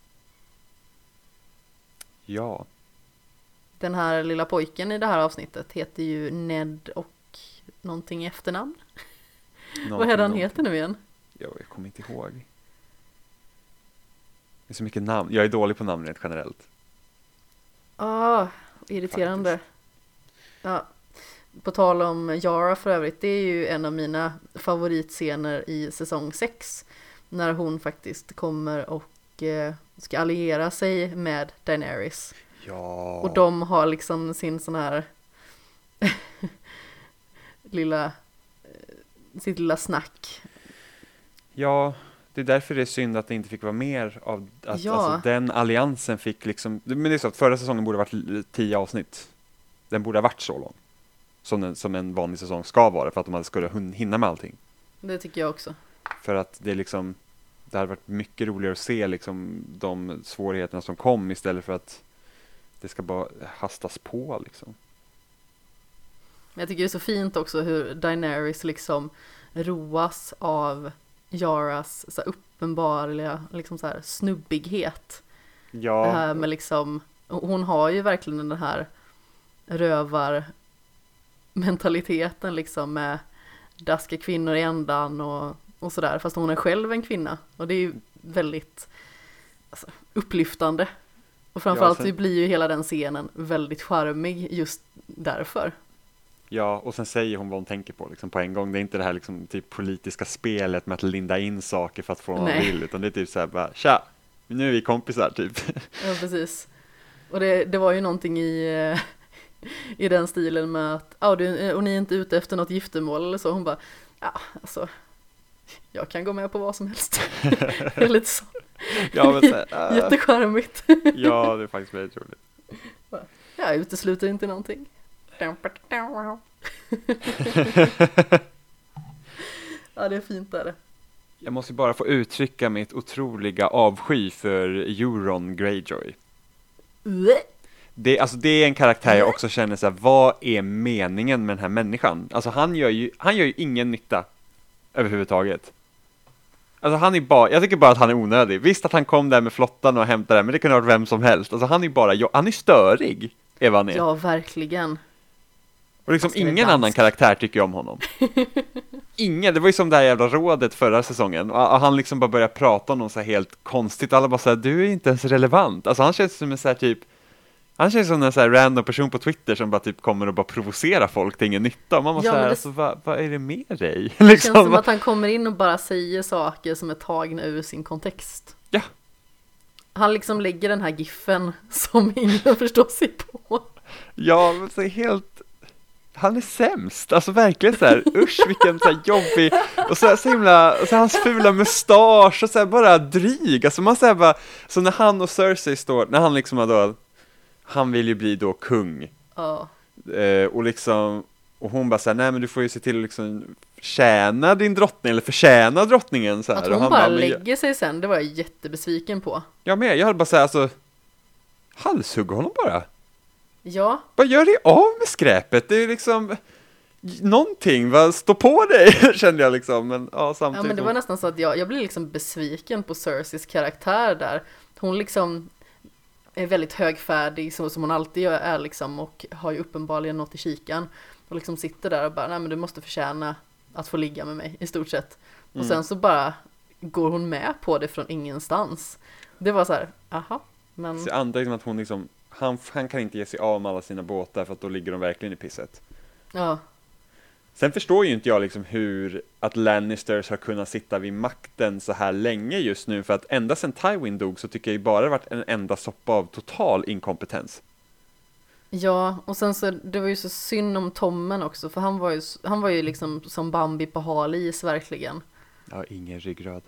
Ja. Den här lilla pojken i det här avsnittet heter ju Ned och någonting i efternamn. Någonting, Vad är det han heter nu igen? Ja, jag kommer inte ihåg. Det är så mycket namn. Jag är dålig på namn rent generellt. Ah, irriterande. Faktiskt. Ja. På tal om Yara för övrigt, det är ju en av mina favoritscener i säsong sex. När hon faktiskt kommer och eh, ska alliera sig med Daenerys. Ja. Och de har liksom sin sån här lilla sitt lilla snack. Ja, det är därför det är synd att det inte fick vara mer av att Ja. alltså, den alliansen fick liksom, men det är så att förra säsongen borde ha varit tio avsnitt. Den borde ha varit så lång. Som en, som en vanlig säsong ska vara för att de hade skulle hinna med allting. Det tycker jag också. För att det är liksom, det hade varit mycket roligare att se liksom de svårigheterna som kom istället för att det ska bara hastas på liksom. Men jag tycker det är så fint också hur Daenerys liksom roas av Yaras så här uppenbarliga liksom så här snubbighet. Ja. Det här med liksom, hon har ju verkligen den här rövarmentaliteten liksom med daska kvinnor i ändan och, och sådär, fast hon är själv en kvinna. Och det är ju väldigt alltså, upplyftande. Och framförallt Ja, sen... blir ju hela den scenen väldigt charmig just därför. Ja, och sen säger hon vad hon tänker på liksom, på en gång. Det är inte det här liksom, typ, politiska spelet med att linda in saker för att få vad man vill, utan det är typ så här bara, tja, nu är vi kompisar typ. Ja, precis. Och det, det var ju någonting i, i den stilen med att, ah, du, och ni är inte ute efter något giftermål eller så. Hon bara, ja, alltså, jag kan gå med på vad som helst. Det är lite så. Ja, men så här, uh... jättecharmigt. Ja, det är faktiskt väldigt roligt. Jag utesluter inte någonting. Ja, det är fint där. Jag måste bara få uttrycka mitt otroliga avsky för Euron Greyjoy. Det, alltså det är en karaktär jag också känner så här, vad är meningen med den här människan? Alltså han gör ju, han gör ju ingen nytta överhuvudtaget. Alltså han är bara, jag tycker bara att han är onödig. Visst att han kom där med flottan och hämtade det, men det kunde ha varit vem som helst. Alltså han är bara, han är störig, är vad han är. Ja, verkligen. Och liksom ingen annan karaktär tycker om honom. Ingen, det var ju som det här jävla rådet förra säsongen. Och han liksom bara började prata om något så här helt konstigt. Alla bara såhär, du är inte ens relevant. Alltså han känns som en så här typ, han känns som en så här random person på Twitter som bara typ kommer och bara provocera folk till ingen nytta. Och man måste ja, säga, det... alltså vad, vad är det med dig? Det liksom, känns som va... att han kommer in och bara säger saker som är tagna ur sin kontext. Ja. Han liksom lägger den här giffen som ingen förstår sig på. Ja, men så helt... Han är sämst, alltså verkligen så här, usch vilken så här jobbig, och så, så himla, och så hans fula mustasch och så här bara dryg, alltså man säger bara, så när han och Cersei står, när han liksom har då, han vill ju bli då kung, ja. eh, och liksom, och hon bara så här, nej men du får ju se till att liksom tjäna din drottning, eller förtjäna drottningen så här. Att hon och han bara, bara lägger jag, sig sen, det var jag jättebesviken på. Ja men jag hade bara så här, alltså, halshugga honom bara. Ja. Bara gör dig av med skräpet, det är liksom någonting, va? Stå på dig, kände jag liksom, men ja, samtidigt. Ja, men det var nästan så att jag, jag blev liksom besviken på Cerseis karaktär där. Hon liksom är väldigt högfärdig, så som hon alltid är liksom, och har ju uppenbarligen något i kikan. Och liksom sitter där och bara, nej men du måste förtjäna att få ligga med mig, i stort sett. Och mm. sen så bara går hon med på det från ingenstans. Det var så här, aha, men... Så antar att hon liksom, han, han kan inte ge sig av med alla sina båtar för att då ligger de verkligen i pisset. Ja. Sen förstår ju inte jag liksom hur att Lannisters har kunnat sitta vid makten så här länge just nu, för att ända sedan Tywin dog så tycker jag ju bara det varit en enda soppa av total inkompetens. Ja, och sen så, det var ju så synd om Tommen också, för han var ju, han var ju liksom som Bambi på halis verkligen. Ja, ingen ryggrad.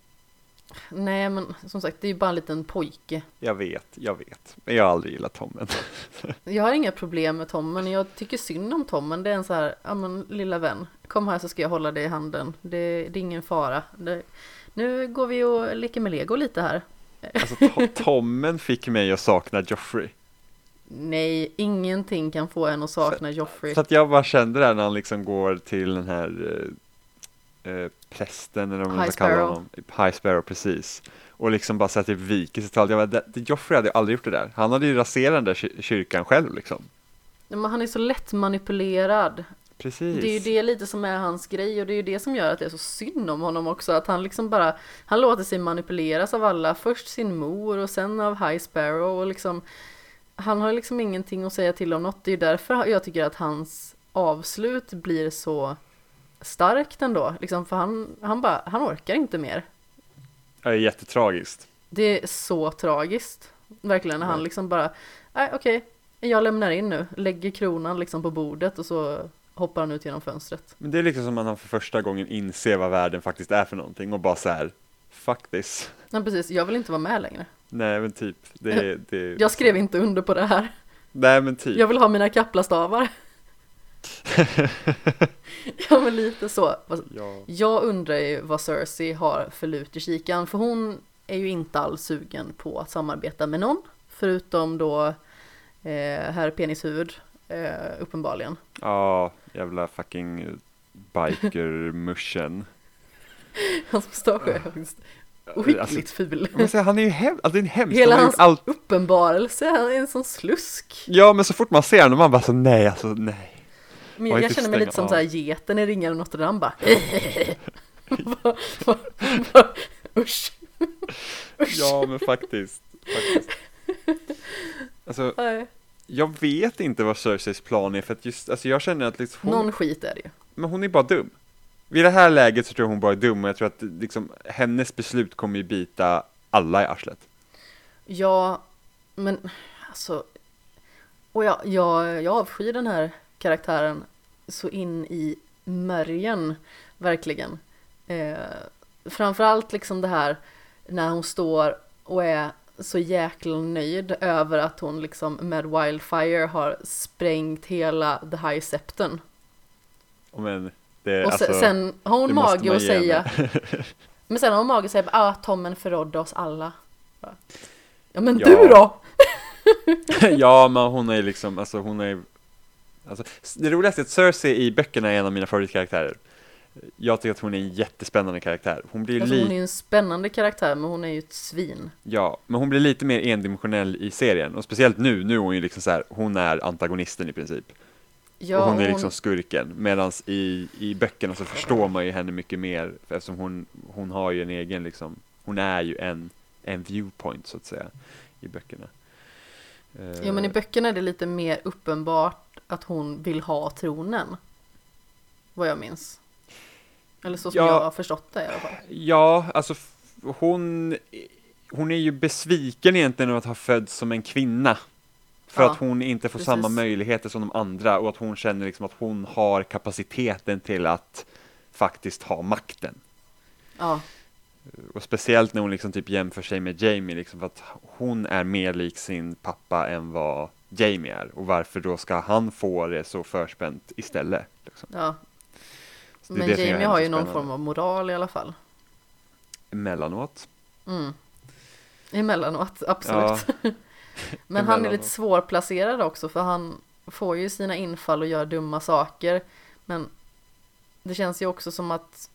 Nej, men som sagt, det är ju bara en liten pojke. Jag vet, jag vet. Men jag har aldrig gillat Tommen. Jag har inga problem med Tommen. Jag tycker synd om Tommen. Det är en så här, ja men lilla vän. Kom här så ska jag hålla dig i handen. Det, det är ingen fara. Det, nu går vi och leker med Lego lite här. Alltså to- Tommen fick mig att sakna Joffrey. Nej, ingenting kan få en att sakna så, Joffrey. Så att jag bara kände det när han liksom går till den här... Eh, prästen eller vad man ska kalla honom, High Sparrow, precis, och liksom bara så att typ viker sig till allt. Jag bara, det, Joffrey hade aldrig gjort det där. Han hade ju raserat den där kyr- kyrkan själv liksom. Ja, men han är så lätt manipulerad. Precis. Det är ju det lite som är hans grej, och det är ju det som gör att det är så synd om honom också, att han liksom bara, han låter sig manipuleras av alla, först sin mor och sen av High Sparrow, och liksom han har liksom ingenting att säga till om något. Det är ju därför jag tycker att hans avslut blir så starkt ändå, liksom, för han, han bara, han orkar inte mer. Det är jättetragiskt. Det är så tragiskt. verkligen när han Nej. liksom bara, nej okej, jag lämnar in nu, lägger kronan liksom på bordet och så hoppar han ut genom fönstret. Men det är liksom som att han för första gången inser vad världen faktiskt är för någonting och bara så här, fuck this. Men precis, jag vill inte vara med längre. Nej men typ, det, det Jag skrev inte under på det här. Nej men typ. Jag vill ha mina kaplastavar. Ja men lite så. Ja. Jag undrar ju vad Cersei har för lut i kikan, för hon är ju inte alls sugen på att samarbeta med någon, förutom då eh, herr penishuvud, eh, uppenbarligen. Ja, jävla fucking biker-mushen. Hans mustasch är faktiskt ohyggligt ful. Jag måste säga, han är ju hem, alltså det är en hemsk. Hela han har hans gjort allt. uppenbarelse, han är en sån slusk. Ja, men så fort man ser honom, man bara så nej, alltså nej. Men jag, jag känner mig lite som så här geten i Ringen och Notre Dame bara. va, va, va, usch. Usch. Ja, men faktiskt, faktiskt. Alltså, Nej. jag vet inte vad Cerseis plan är, för att just, alltså jag känner att liksom hon, Någon skit är det ju. men hon är bara dum. Vid det här läget så tror jag hon bara är dum, och jag tror att liksom, hennes beslut kommer ju bita alla i arslet. Ja, men alltså, och jag, jag, jag avskyr den här karaktären så in i mörgen, verkligen. Eh, framförallt liksom det här när hon står och är så jäkla nöjd över att hon liksom med Wildfire har sprängt hela The High Septon. Men det, Och alltså, sen, sen har hon det måste mage man att ge säga henne. men sen har hon mage att säga ah, Tommen förrådde oss alla. Ja men Ja. du då? Ja, men hon är liksom, alltså hon är alltså, det roligaste är att Cersei i böckerna är en av mina favoritkaraktärer. Jag tycker att hon är en jättespännande karaktär. Hon blir Alltså, li- hon är ju en spännande karaktär, men hon är ju ett svin. Ja, men hon blir lite mer endimensionell i serien. Och speciellt nu, nu är hon ju liksom så här, hon är antagonisten i princip. Ja, och hon är hon... liksom skurken. Medan i, i böckerna så förstår man ju henne mycket mer. Eftersom hon, hon har ju en egen liksom, hon är ju en, en viewpoint så att säga i böckerna. Ja, men i böckerna är det lite mer uppenbart att hon vill ha tronen. Vad jag minns. Eller så som Ja. jag har förstått det i alla fall. Ja, alltså f- hon, hon är ju besviken egentligen av att ha fötts som en kvinna. För Ja, att hon inte får precis. samma möjligheter som de andra. Och att hon känner liksom att hon har kapaciteten till att faktiskt ha makten. Ja, Och speciellt när hon liksom typ jämför sig med Jamie. Liksom för att hon är mer lik sin pappa än vad Jamie är. Och varför då ska han få det så förspänt istället? Liksom. ja. Så det är Men det som gör Jamie henne har så ju någon spännande. form av moral i alla fall. Emellanåt. Mm. Emellanåt, absolut. Ja. Men han är lite Emellanåt. svårplacerad också, för han får ju sina infall och gör dumma saker. Men det känns ju också som att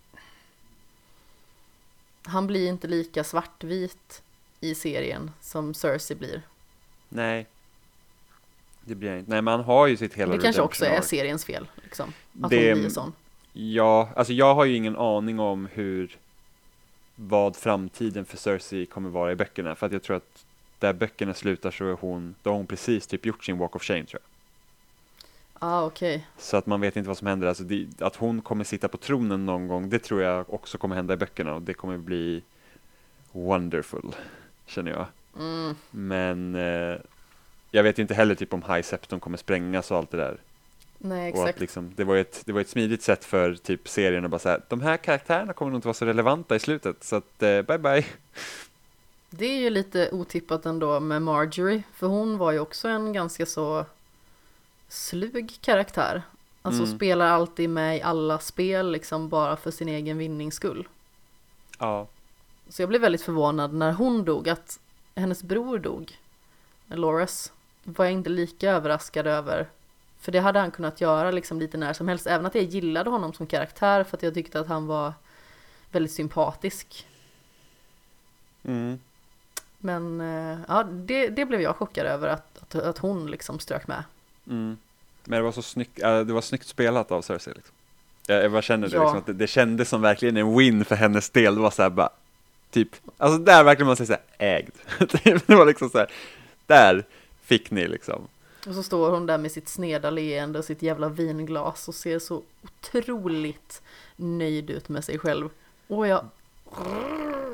han blir inte lika svartvit i serien som Cersei blir. Nej. Det blir jag inte. Nej, men han har ju sitt hela Det kanske också är redemption arc. seriens fel, liksom. Att Det- hon blir sån. Ja, alltså jag har ju ingen aning om hur vad framtiden för Cersei kommer vara i böckerna. För att jag tror att där böckerna slutar så är hon, då har hon precis typ gjort sin walk of shame tror jag. Ah, okej. Så att man vet inte vad som händer. Alltså det, att hon kommer sitta på tronen någon gång, det tror jag också kommer hända i böckerna. Och det kommer bli wonderful, känner jag. Mm. Men eh, jag vet inte heller typ om High Septon kommer sprängas och allt det där. Nej, Och att exakt. liksom, det var ju ett, det var ett smidigt sätt för typ serien att bara säga de här karaktärerna kommer nog inte vara så relevanta i slutet. Så att eh, bye bye. Det är ju lite otippat ändå med Marjorie, för hon var ju också en ganska så slug karaktär. Alltså Mm. spelar alltid med i alla spel liksom bara för sin egen vinnings skull. Ja. Så jag blev väldigt förvånad när hon dog, att hennes bror dog. Loras var jag inte lika överraskad över. För det hade han kunnat göra liksom lite när som helst. Även att jag gillade honom som karaktär för att jag tyckte att han var väldigt sympatisk. Mm. Men eh, ja, det, det blev jag chockad över att, att, att hon liksom strök med. Mm. Men det var så snyggt, äh, det var snyggt spelat av Cersei liksom. Jag, jag bara kände det, Ja. liksom, att det, det kändes som verkligen en win för hennes del. Det var så här bara, typ, alltså där verkligen man säger så här, ägd. Det var liksom så här, där fick ni liksom. Och så står hon där med sitt sneda leende och sitt jävla vinglas och ser så otroligt nöjd ut med sig själv. Och jag...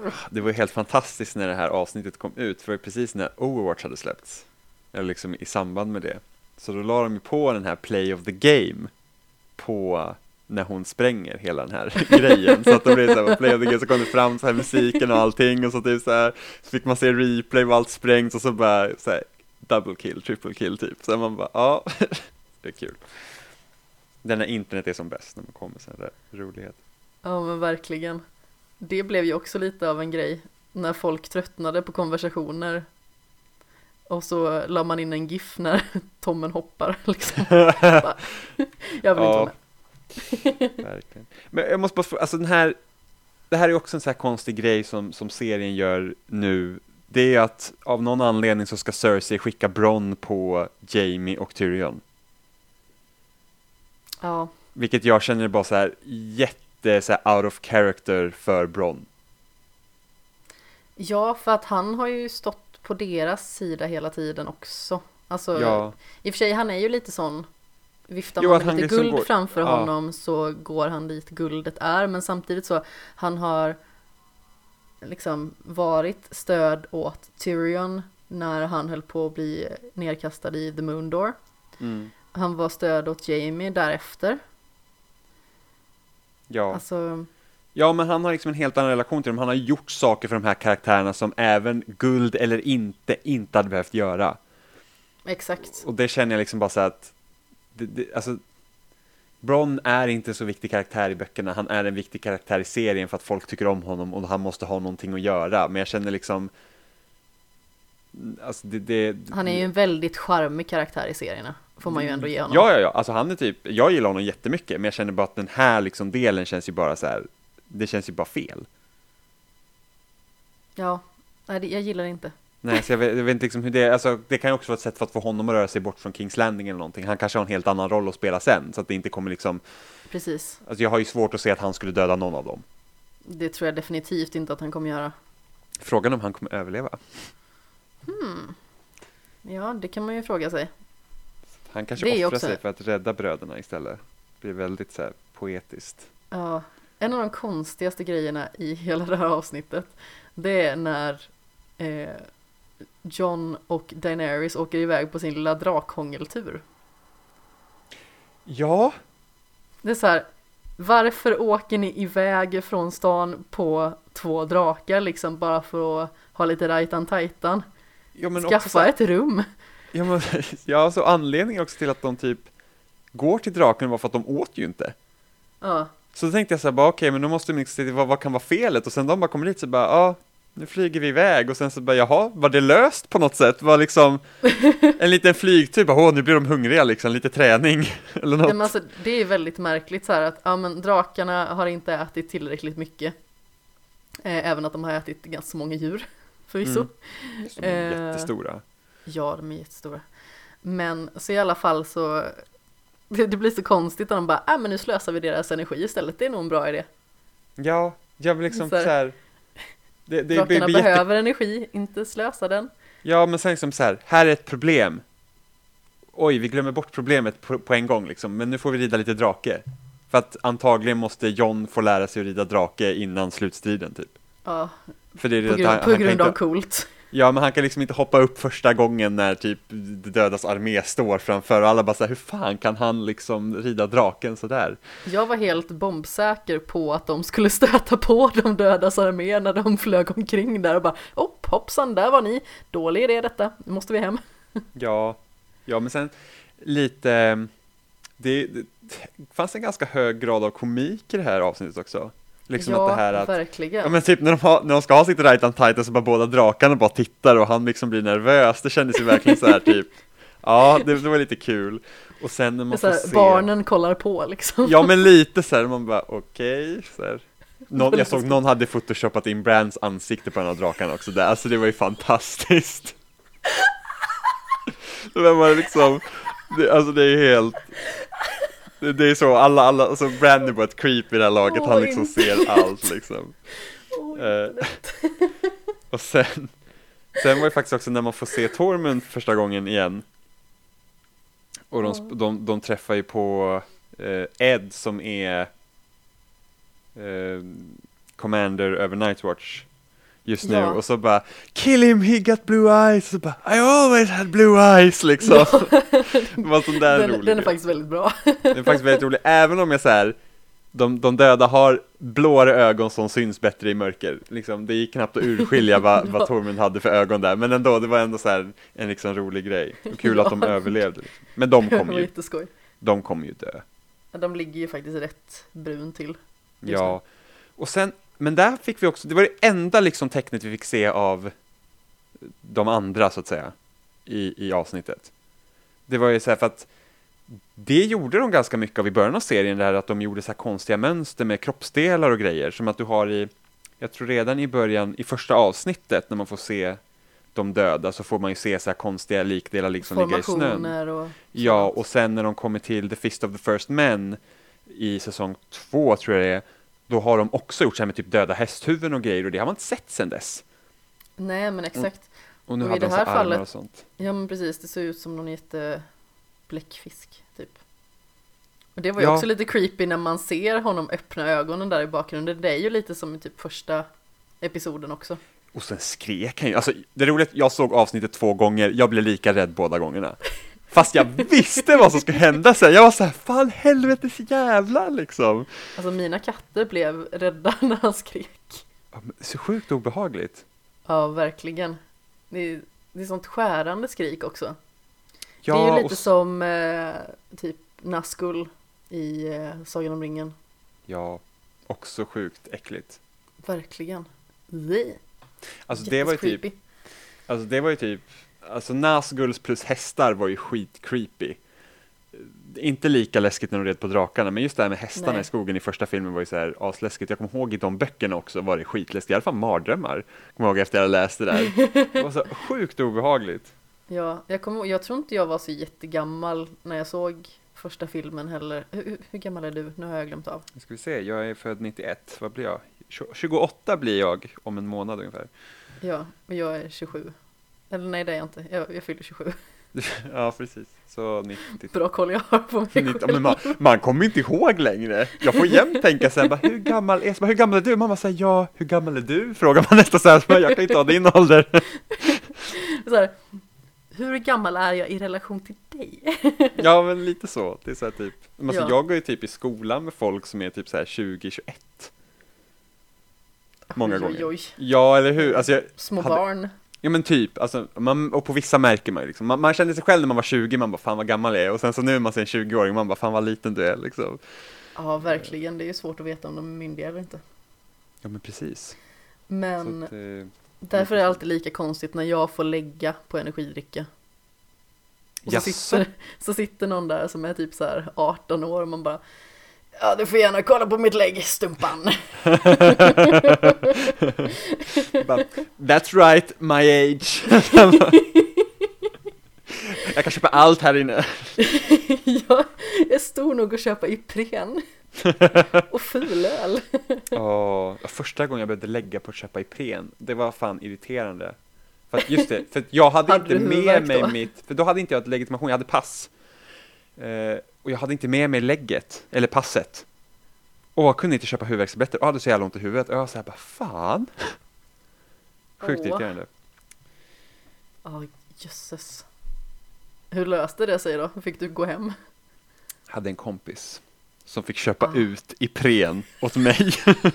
Det var ju helt fantastiskt när det här avsnittet kom ut, för precis när Overwatch hade släppts, eller liksom i samband med det, så då la de ju på den här Play of the Game på när hon spränger hela den här grejen, så att det blev så här, Play of the Game, så kom det fram så här musiken och allting, och så typ så här, så fick man se replay och allt sprängs, och så bara så här, double kill, triple kill typ, så man bara, ja, det är kul. Den här internet är som bäst när man kommer så här rolighet. Ja, men verkligen. Det blev ju också lite av en grej när folk tröttnade på konversationer. Och så la man in en gif när Tommen hoppar liksom. Bara, jag vill inte vara med. Verkligen. Men jag måste bara få, alltså den här, det här är också en så här konstig grej som, som serien gör nu. Det är att av någon anledning så ska Cersei skicka Bronn på Jaime och Tyrion. Ja. Vilket jag känner bara så här jätte så här out of character för Bronn. Ja, för att han har ju stått på deras sida hela tiden också. Alltså, ja. i och för sig, han är ju lite sån, viftar jo, man med lite liksom guld går... framför ja. honom så går han dit guldet är. Men samtidigt så, han har liksom varit stöd åt Tyrion när han höll på att bli nedkastad i The Moon Door. Mm. Han var stöd åt Jaime därefter. Ja. Alltså... ja, men han har liksom en helt annan relation till dem. Han har gjort saker för de här karaktärerna som även guld eller inte, inte hade behövt göra. Exakt. Och det känner jag liksom bara så att det, det, alltså Bronn är inte så viktig karaktär i böckerna. Han är en viktig karaktär i serien för att folk tycker om honom och han måste ha någonting att göra. Men jag känner liksom alltså det, det, han är ju en väldigt charmig karaktär i serierna, får man ju ändå ge honom. Ja, ja, ja. Alltså han är typ, jag gillar honom jättemycket, men jag känner bara att den här liksom delen känns ju bara så här, det känns ju bara fel. Ja, nej, det, jag gillar det inte. Nej, så jag vet, jag vet inte liksom hur det, alltså det kan ju också vara ett sätt för att få honom att röra sig bort från King's Landing eller någonting. Han kanske har en helt annan roll att spela sen, så att det inte kommer liksom. Precis. Alltså jag har ju svårt att se att han skulle döda någon av dem. Det tror jag definitivt inte att han kommer göra. Frågan om han kommer överleva. Hmm. Ja, det kan man ju fråga sig. Han kanske offrar också... sig för att rädda bröderna istället. Det blir väldigt så här poetiskt. Ja, en av de konstigaste grejerna i hela det här avsnittet, det är när eh, Jon och Daenerys åker iväg på sin lilla drakhångeltur. Ja. Det är så här, varför åker ni iväg från stan på två drakar liksom bara för att ha lite rajtan-tajtan? Ja, men skaffa också, ett rum. Ja, men, ja, så anledningen också till att de typ går till draken var för att de åt ju inte. Ja. Så då tänkte jag så här, bara okej, okay, men då måste vi se vad, vad kan vara felet? Och sen de bara kommer dit så bara, ja, nu flyger vi iväg. Och sen så bara, jaha, var det löst på något sätt? Var liksom en liten flygtur, bara, åh, nu blir de hungriga liksom, lite träning eller något. Men alltså, det är väldigt märkligt så här att, ja men drakarna har inte ätit tillräckligt mycket. Eh, även att de har ätit ganska många djur, förvisso. Mm. De är Eh, jättestora. Ja, de är jättestora. Men så i alla fall så det, det blir så konstigt att de bara, äh, men nu slösar vi deras energi istället. Det är nog en bra idé. Ja, jag vill liksom så här, så här det, det, drakarna det blir behöver jätte... energi, inte slösa den. Ja, men sen liksom så här, här är ett problem. Oj, vi glömmer bort problemet på, på en gång liksom, men nu får vi rida lite drake. För att antagligen måste Jon få lära sig att rida drake innan slutstriden typ. Ja, För det är på det grund, han, på han grund av inte, coolt. Ja, men han kan liksom inte hoppa upp första gången när typ det dödas armé står framför och alla bara så här, hur fan kan han liksom rida draken så där? Jag var helt bombsäker på att de skulle stöta på de dödas armé när de flög omkring där och bara, hopp, hoppsan, där var ni, dålig idé detta, nu måste vi hem. Ja, ja, men sen lite, det, det fanns en ganska hög grad av komik i det här avsnittet också. Liksom ja, att det här att, verkligen. ja, men typ när de, har, när de ska ha sitt right and tight så bara båda drakarna bara tittar och han liksom blir nervös. Det kändes ju verkligen så här typ, ja, det, det var lite kul. Och sen när man får här, se barnen kollar på liksom. Ja, men lite så här, man bara okej, okay, så här. Någon, jag såg någon hade photoshopat in Brands ansikte på den här drakarna också där. Alltså det var ju fantastiskt. Det var liksom det, alltså det är helt det, det är så, alla, alla alltså Brand är bara ett creep i det här laget. Åh, han liksom inte. ser allt liksom. Åh, eh, och sen sen var det faktiskt också när man får se Tormund första gången igen. Och de, Ja. de, de träffar ju på eh, Ed som är eh, commander över Nightwatch. just nu. Ja. Och så bara, kill him, he got blue eyes. Och så bara, I always had blue eyes, liksom. Ja. Det var sån där den, rolig den är grej. faktiskt väldigt bra. Den är faktiskt väldigt rolig, även om jag så här, de, de döda har blåare ögon som syns bättre i mörker. Liksom, det gick knappt att urskilja vad, vad Tormund hade för ögon där. Men ändå, det var ändå så här en liksom rolig grej. Och kul Ja. att de överlevde. Liksom. Men de Det kommer var ju, jätteskoj. de kommer ju dö. Ja, de ligger ju faktiskt rätt brun till. just Ja, och sen, men där fick vi också, det var det enda liksom tecknet vi fick se av de andra så att säga i, i avsnittet. Det var ju så här för att det gjorde de ganska mycket av i början av serien, där att de gjorde så här konstiga mönster med kroppsdelar och grejer, som att du har i, jag tror redan i början, i första avsnittet när man får se de döda, så får man ju se så här konstiga likdelar liksom ligga i snön. Formationer och Ja, sånt. och sen när de kommer till The Fist of the First Men i säsong två tror jag det är, då har de också gjort så här med typ döda hästhuvuden och grejer, och det har man inte sett sedan dess. Nej, men exakt. Och nu Och i hade det de så här armar fallet- och sånt. Ja, men precis. Det ser ut som någon jättebläckfisk, typ. Och det var ju Ja. också lite creepy när man ser honom öppna ögonen där i bakgrunden. Det är ju lite som i typ första episoden också. Och sen skrek han ju, alltså det är roligt, jag såg avsnittet två gånger, jag blev lika rädd båda gångerna. Fast jag visste vad som skulle hända sen, jag var så här, fan helvetes jävlar liksom. Alltså mina katter blev rädda när han skrek. Ja, men så sjukt obehagligt. Ja, verkligen. Det är, det är sånt skärande skrik också. Ja, det är ju lite och, som eh, typ Nazgul i eh, Sagan om ringen. ja, också sjukt äckligt. Verkligen. Nej. Alltså det var ju typ, alltså det var ju typ, alltså Nazguls plus hästar var ju skitcreepy. Inte lika läskigt när de red på drakarna, men just det här med hästarna Nej. i skogen i första filmen var ju så här asläskigt. Jag kommer ihåg i de böckerna också var det skitläskigt, i alla fall mardrömmar. Kommer ihåg efter jag läste det där. Det var så sjukt obehagligt. Ja, jag, kom, jag tror inte jag var så jättegammal när jag såg första filmen heller. Hur, hur gammal är du? Nu har jag glömt av. Nu ska vi se, jag är född nittioett, vad blir jag? tjugoåtta blir jag om en månad ungefär. Ja, och jag är tjugosju. Eller nej, det är jag inte. Jag, jag fyller tjugosju. Ja, precis. Så nittio. Bra koll jag har på mig själv. nittio. Men man, man kommer inte ihåg längre. Jag får jämt tänka så här, bara, hur gammal är jag? Hur gammal är du? Mamma säger ja, hur gammal är du? Frågar man nästan så här, så bara, jag kan inte ha din ålder. Så här, hur gammal är jag i relation till dig? Ja, men lite så. Det är så här typ, alltså, Ja. jag går ju typ i skolan med folk som är typ så här tjugo tjugoett. Många oj, gånger. Oj, oj. Ja, eller hur? Alltså, jag, Små hade- barn. ja men typ, alltså, man, och på vissa märker man ju liksom, man, man kände sig själv när man var tjugo, man bara fan vad gammal jag är, och sen så nu är man ser en tjugo-åring, man bara fan vad liten du är liksom. Ja, verkligen. Det är ju svårt att veta om de är myndiga eller inte. Ja men precis. Men Så att, eh, därför är det alltid lika konstigt när jag får lägga på energidricka. Och så Jaså? sitter, så sitter någon där som är typ så här arton år och man bara, ja, du får gärna kolla på mitt lägg, stumpan. Bara, that's right, my age. Jag kan köpa allt här inne. Jag är stor nog att köpa Ipren och fulöl. Åh, första gången jag behövde lägga på att köpa Ipren, det var fan irriterande. För att just det, för att jag hade, Hade inte du med huvudvärk mig då? mitt, för då hade inte jag ett legitimation, jag hade pass. Eh, och jag hade inte med mig lägget, eller passet. Och jag kunde inte köpa huvudvärkstabletter, jag hade så jävla ont i huvudet. Och jag var så här, bara fan. Sjukt Åh. irriterande. Ja, jösses. Hur löste det sig då? Fick du gå hem? Hade en kompis som fick köpa Ah. ut Ipren åt mig.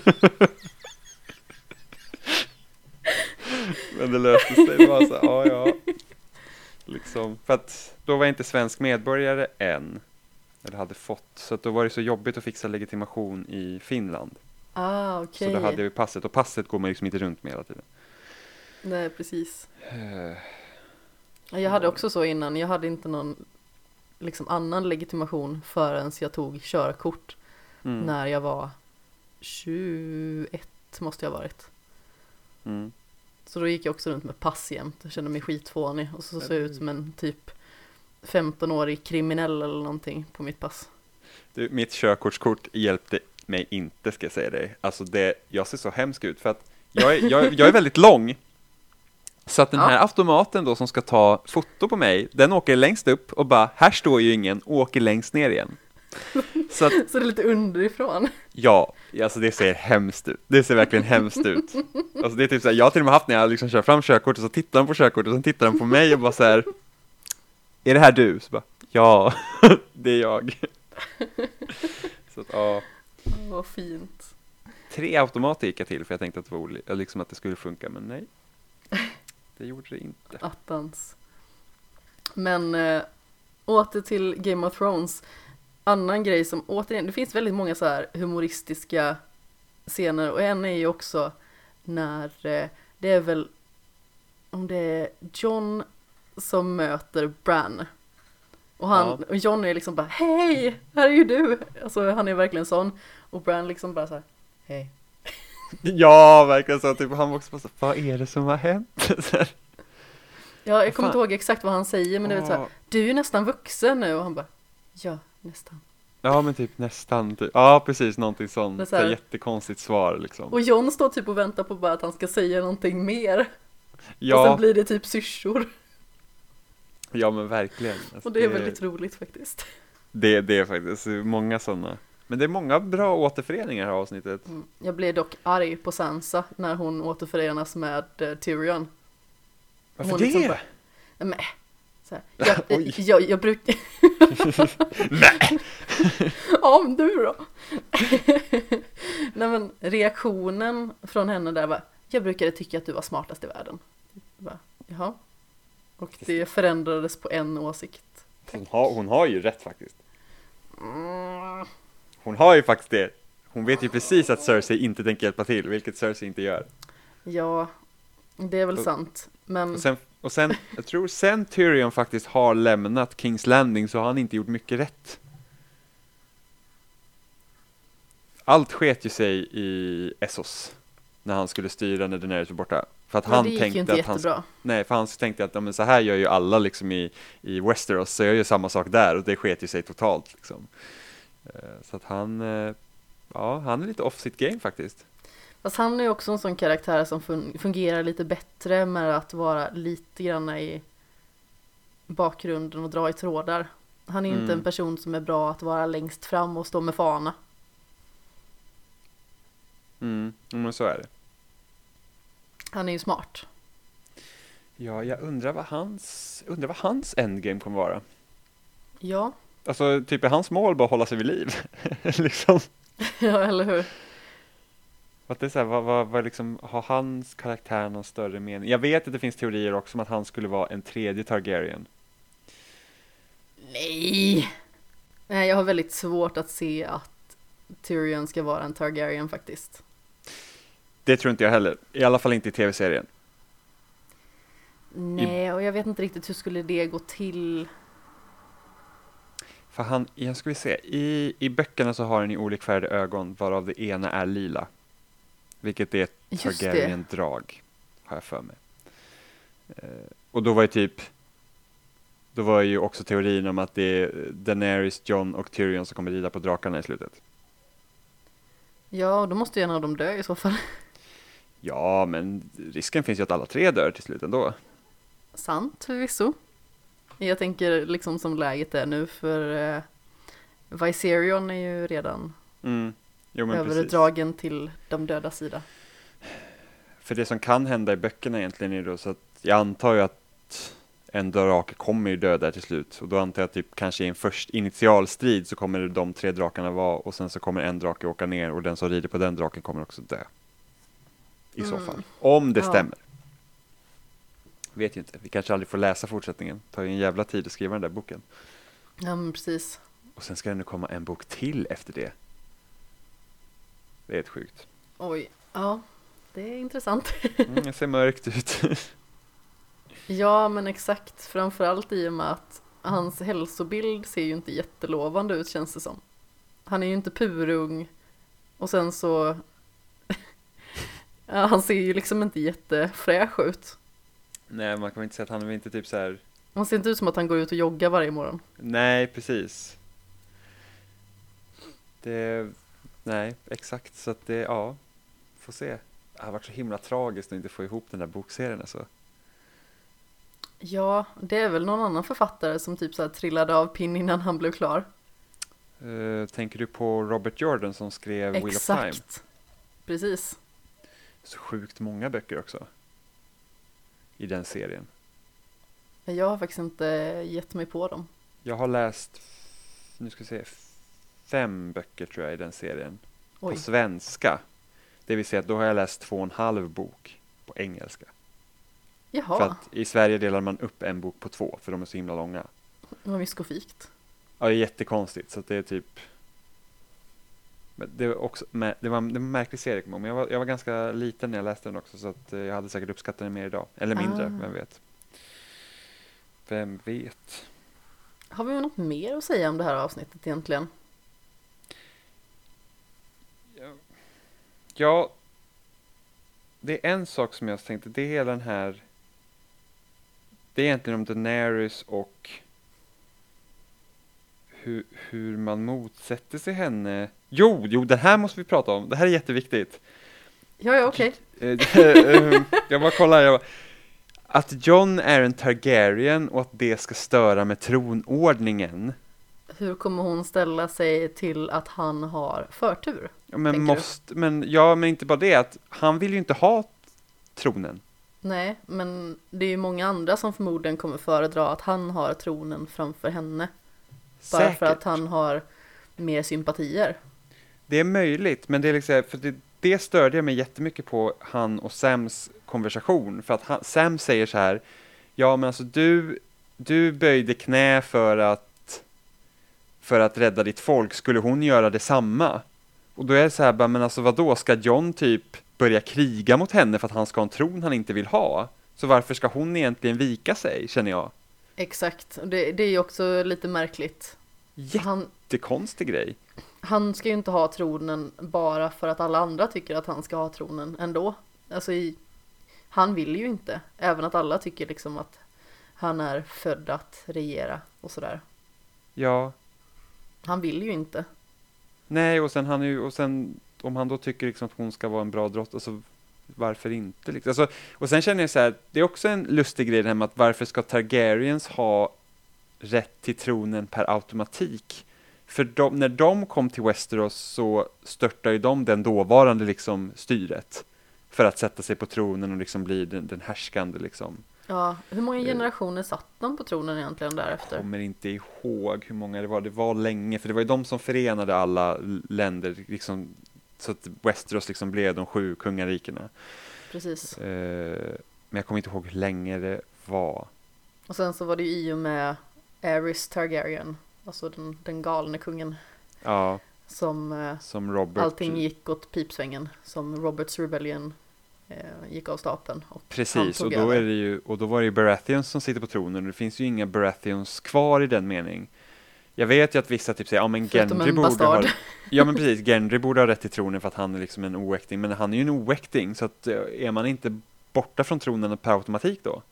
Men det löste sig, det var så, ja ja. Liksom, för att då var jag inte svensk medborgare än. Eller hade fått, så att då var det så jobbigt att fixa legitimation i Finland. Ah, okej. Så då hade vi passet, och passet går man liksom inte runt med hela tiden. Nej, precis. Eh, Ja, jag hade också så innan. Jag hade inte någon liksom annan legitimation förrän jag tog körkort mm, när jag var tjugoett måste jag ha varit. mm. Så då gick jag också runt med pass jämt. Jag kände mig skitfånig. Och så såg jag ut som en typ femton-årig kriminell eller någonting på mitt pass. Du, mitt körkortskort hjälpte mig inte, ska jag säga dig. Alltså det, jag ser så hemsk ut för att jag är, jag, jag är väldigt lång. Så att den här Ja. automaten då som ska ta foto på mig, den åker längst upp och bara, här står ju ingen, och åker längst ner igen. Så, att, så det är lite underifrån. ja, alltså det ser hemskt ut. Det ser verkligen hemskt ut. Alltså det är typ så här, jag har till och med haft när jag liksom kör fram körkortet, så tittar de på körkortet och sen tittar de på mig och bara så här, är det här du? Så bara, ja, det är jag. Så att, ja. Vad fint. Tre automater gick jag till för jag tänkte att det var oli- liksom att det skulle funka, men nej. Det gjorde det inte. Attans. Men äh, åter till Game of Thrones. Annan grej som återigen, det finns väldigt många så här humoristiska scener, och en är ju också när äh, det är väl om det är Jon som möter Bran. Och, han, Ja. och Jon är liksom bara, hej, här är ju du. Alltså han är verkligen sån. Och Bran liksom bara så här, hej. Ja, verkligen så. Typ, han var också bara så, vad är det som har hänt? Så här. Ja, jag kommer Fan. inte ihåg exakt vad han säger, men det är så här, du är ju nästan vuxen nu. Och han bara, ja, nästan. Ja, men typ nästan. Typ. Ja, precis. Någonting Det är sånt. så Så här- här, jättekonstigt svar liksom. Och Jon står typ och väntar på bara att han ska säga någonting mer. Och sen Ja, blir det typ syrsor. ja, men verkligen. Alltså, Och det är väldigt roligt faktiskt. Det, det är faktiskt många sådana. Men det är många bra återföreningar här i avsnittet. Mm. Jag blev dock arg på Sansa när hon återförenas med uh, Tyrion. Varför Hon det? liksom bara, nej, men, så här, jag, Oj. jag, jag brukar... Nej! Ja, men du då? Nej, men reaktionen från henne där var, jag brukade tycka att du var smartast i världen. Jag bara, jaha. Och det förändrades på en åsikt. Hon har, hon har ju rätt faktiskt. Mm. Hon har ju faktiskt det. Hon vet ju precis att Cersei inte tänker hjälpa till, vilket Cersei inte gör. Ja, det är väl Och- sant. Men Och sen, och sen, jag tror sen Tyrion faktiskt har lämnat King's Landing så har han inte gjort mycket rätt. Allt sket ju sig i Essos när han skulle styra när Daenerys var borta. För att ja, han det gick tänkte ju inte att han, jättebra. nej, för han tänkte att ja, men så här gör ju alla liksom i, i Westeros, så jag gör samma sak där och det sket ju sig totalt liksom. Eh, Så att han, eh, ja, han är lite off sitt game faktiskt. Fast han är ju också en sån karaktär som fun- fungerar lite bättre med att vara lite grann i bakgrunden och dra i trådar. Han är ju inte Mm. en person som är bra att vara längst fram och stå med fana. Mm, men så är det. Han är ju smart. Ja, jag undrar vad hans, undrar vad hans endgame kommer vara. Ja, Alltså, typ är hans mål bara att hålla sig vid liv? liksom. ja eller hur? Att det är så här, vad, vad, vad liksom, har hans karaktär någon större mening? Jag vet att det finns teorier också om att han skulle vara en tredje Targaryen. Nej! Nej, jag har väldigt svårt att se att Tyrion ska vara en Targaryen faktiskt. Det tror inte jag heller. I alla fall inte i tv-serien. Nej, och jag vet inte riktigt hur skulle det gå till. För han, jag ska vi se, i, i böckerna så har han i olikfärgade ögon, varav det ena är lila. Vilket är ett Just det. Targaryen-drag, har jag för mig. Eh, och då var ju typ, då var ju också teorin om att det är Daenerys, Jon och Tyrion som kommer rida på drakarna i slutet. Ja, och då måste ju en av dem dö i så fall. Ja, men risken finns ju att alla tre dör till slut ändå. Sant förvisso. Jag tänker liksom som läget är nu, för eh, Viserion är ju redan Mm. Jo, men precis. överdragen till de döda sida. För det som kan hända i böckerna egentligen är då så att jag antar ju att en drake kommer ju dö där till slut. Och då antar jag att typ kanske i en först initial strid så kommer de tre drakarna vara, och sen så kommer en drake åka ner och den som rider på den draken kommer också dö. I så Mm. fall. Om det Ja. stämmer. Vet ju inte. Vi kanske aldrig får läsa fortsättningen. Det tar ju en jävla tid att skriva den där boken. Ja, men precis. Och sen ska det nu komma en bok till efter det. Det är ett sjukt. Oj, ja, det är intressant. Mm, det ser mörkt ut. Ja, men exakt. Framförallt i och med att hans hälsobild ser ju inte jättelovande ut, känns det som. Han är ju inte purung. Och sen så... ja, han ser ju liksom inte jättefräsch ut. Nej, man kan väl inte säga att han är inte typ så här. Han ser inte ut som att han går ut och joggar varje morgon. Nej, precis. Det, nej, exakt. Så att det, ja, får se. Det har varit så himla tragiskt att inte få ihop den där bokserien alltså. Ja, det är väl någon annan författare som typ så här trillade av pinn innan han blev klar. Uh, tänker du på Robert Jordan som skrev Wheel of Time? Exakt. Precis. Så sjukt många böcker också. I den serien. Jag har faktiskt inte gett mig på dem. Jag har läst, nu ska jag säga, fem böcker tror jag i den serien. Oj. På svenska. Det vill säga att då har jag läst två och en halv bok på engelska. Jaha. För att i Sverige delar man upp en bok på två, för de är så himla långa. Vad myskofikt. Ja, det är jättekonstigt, så att det är typ... Men det var också, det var, det var en märklig serie, men jag var, jag var ganska liten när jag läste den också, så att jag hade säkert uppskattat den mer idag. Eller mindre, Ah. vem vet. Vem vet. Har vi något mer att säga om det här avsnittet egentligen? Ja, ja, det är en sak som jag tänkte, det är hela den här... Det är egentligen om Daenerys och hur, hur man motsätter sig henne. Jo, jo, det här måste vi prata om. Det här är jätteviktigt. Ja, ja, okej. Jag bara kollar. Jag bara, att Jon är en Targaryen och att det ska störa med tronordningen. Hur kommer hon ställa sig till att han har förtur? Ja, men tänker måste, men ja, men inte bara det, att han vill ju inte ha tronen. Nej, men det är ju många andra som förmodligen kommer föredra att han har tronen framför henne. Bara Säkert. för att han har mer sympatier. Det är möjligt, men det är liksom, för det, det störde jag mig jättemycket på han och Sams konversation. För att han, Sam säger så här, ja men alltså du, du böjde knä för att, för att rädda ditt folk, skulle hon göra detsamma? Och då är det så här, men alltså vadå, ska Jon typ börja kriga mot henne för att han ska ha en tron han inte vill ha? Så varför ska hon egentligen vika sig, känner jag? Exakt, det, det är ju också lite märkligt. Han, Jättekonstig grej. han ska ju inte ha tronen bara för att alla andra tycker att han ska ha tronen ändå. Alltså i, han vill ju inte, även att alla tycker liksom att han är född att regera och sådär. Ja. Han vill ju inte. Nej, och sen, han är ju, och sen om han då tycker liksom att hon ska vara en bra drottning, alltså varför inte? Liksom? Alltså, och sen känner jag så här, det är också en lustig grej det här med att varför ska Targaryens ha rätt till tronen per automatik? För de, när de kom till Westeros så störtade ju de den dåvarande liksom styret för att sätta sig på tronen och liksom bli den, den härskande liksom. Ja, hur många generationer satt de på tronen egentligen därefter? Jag kommer inte ihåg hur många det var. Det var länge, för det var ju de som förenade alla länder liksom, så att Westeros liksom blev de sju kungarikena. Precis. Eh, men jag kommer inte ihåg hur länge det var. Och sen så var det ju i och med Aerys Targaryen, alltså den, den galne kungen, Ja, som, eh, som Robert. allting gick åt pipsvängen, som Roberts Rebellion eh, gick av stapeln. Och han Precis, tog och då, över. är det ju, och då var det ju Baratheons som sitter på tronen. Det finns ju inga Baratheons kvar i den mening. Jag vet ju att vissa typ säger, ja men Förutom Gendry en borde bastard. ha... Ja men precis, Gendry borde ha rätt till tronen för att han är liksom en oäkting. Men han är ju en oäkting, så att, eh, är man inte borta från tronen per automatik då?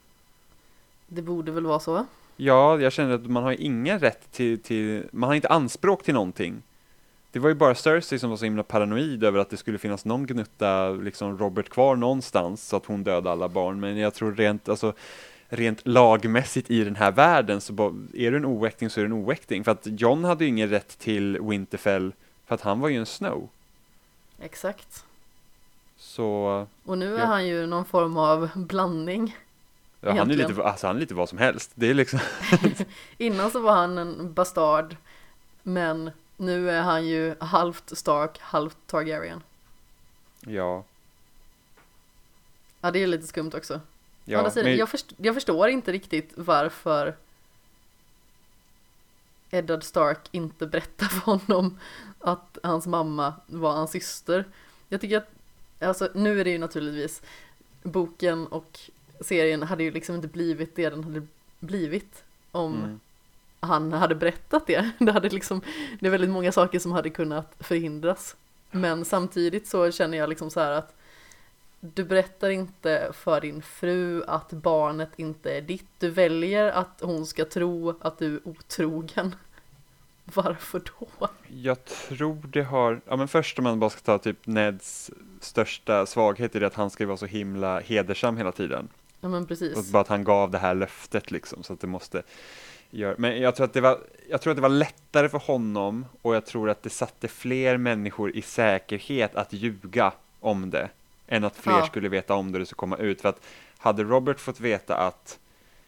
Det borde väl vara så. Ja, jag känner att man har ingen rätt till, till... Man har inte anspråk till någonting. Det var ju bara Cersei som var så himla paranoid över att det skulle finnas någon gnutta liksom Robert kvar någonstans så att hon dödade alla barn. Men jag tror rent, alltså, rent lagmässigt i den här världen så bara, är du en oäkting så är du en oäkting. För att Jon hade ju ingen rätt till Winterfell för att han var ju en Snow. Exakt. Så... Och nu är Ja. han ju någon form av blandning. Ja, han, är Egentligen. lite, alltså, han är lite vad som helst. Det är liksom... Innan så var han en bastard, men nu är han ju halvt Stark, halvt Targaryen. Ja. Ja, det är lite skumt också. Ja, Andra sidan, men, jag, först- jag förstår inte riktigt varför Eddard Stark inte berättar för honom att hans mamma var hans syster. Jag tycker att, alltså nu är det ju naturligtvis, boken och serien hade ju liksom inte blivit det den hade blivit om mm. han hade berättat det. Det hade liksom, det är väldigt många saker som hade kunnat förhindras. Men samtidigt så känner jag liksom så här att du berättar inte för din fru att barnet inte är ditt. Du väljer att hon ska tro att du är otrogen. Varför då? Jag tror det har... Ja, men först om man bara ska ta typ Neds största svaghet är det att han ska vara så himla hedersam hela tiden. Ja, men Och precis. bara att han gav det här löftet liksom, så att det måste... gör. Men jag tror att det var, jag tror att det var lättare för honom, och jag tror att det satte fler människor i säkerhet att ljuga om det, än att fler Ja. skulle veta om det och det skulle komma ut. För att hade Robert fått veta att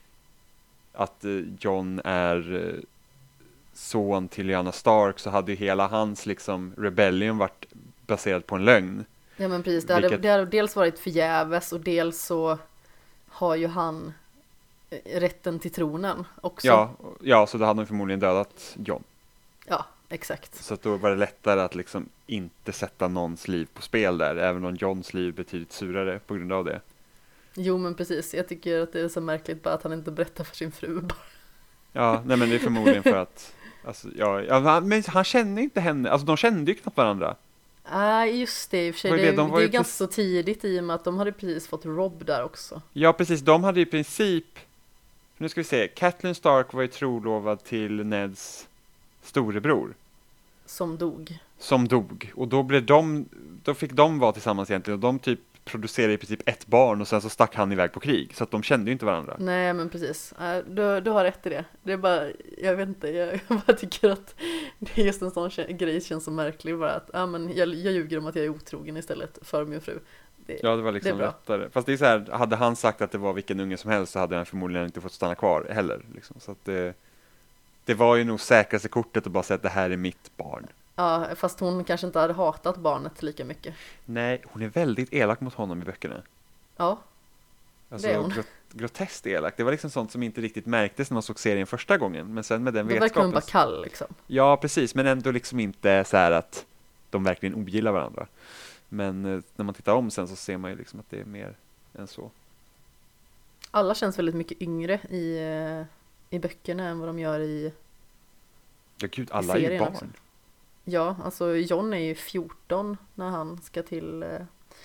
att eh, Jon är eh, son till Lyanna Stark, så hade ju hela hans liksom rebellion varit baserad på en lögn. Ja men precis, det hade, Vilket- det hade dels varit förgäves och dels så har ju han eh, rätten till tronen också. Ja, ja, så då hade de förmodligen dödat Jon. Ja, exakt. Så att då var det lättare att liksom inte sätta någons liv på spel där, även om Jons liv är betydligt surare på grund av det. Jo men precis, jag tycker att det är så märkligt bara att han inte berättar för sin fru bara. Ja, nej men det är förmodligen för att alltså, ja, ja, han- men han känner inte henne, alltså de kände ju knappt varandra. Nej, just det i och för sig. Var det Det, det? det, De var är ju ju ganska så tidigt i och med att de hade precis fått Rob där också. Ja, precis, de hade i princip, nu ska vi se, Catelyn Stark var ju trolovad till Neds storebror, Som dog. som dog, och då blev de, då fick de vara tillsammans egentligen, och de typ producerade i princip ett barn, och sen så stack han iväg på krig, så att de kände ju inte varandra. Nej men precis, äh, du, du har rätt i det. Det är bara, jag vet inte, jag, jag bara tycker att det är just en sån kä- grej känns så märklig bara att, ja men jag, jag ljuger om att jag är otrogen istället för min fru. Det, Ja, det var liksom det är bra. lättare. Fast det är så här, hade han sagt att det var vilken unge som helst, så hade han förmodligen inte fått stanna kvar heller. Liksom. Så att det, det var ju nog säkraste kortet att bara säga att det här är mitt barn. Ja, fast hon kanske inte hade hatat barnet lika mycket. Nej, hon är väldigt elak mot honom i böckerna. Ja, Alltså Det är hon. grot- groteskt elak. Det var liksom sånt som inte riktigt märktes när man såg serien första gången. Men sen med den då verkar hon vetskapen. bara kall liksom. Ja, precis. Men ändå liksom inte så här att de verkligen ogillar varandra. Men eh, när man tittar om sen så ser man ju liksom att det är mer än så. Alla känns väldigt mycket yngre i, eh, i böckerna än vad de gör i, Ja, gud, alla är ju serien barn. också. Ja, alltså Jon är ju fjorton när han ska till eh,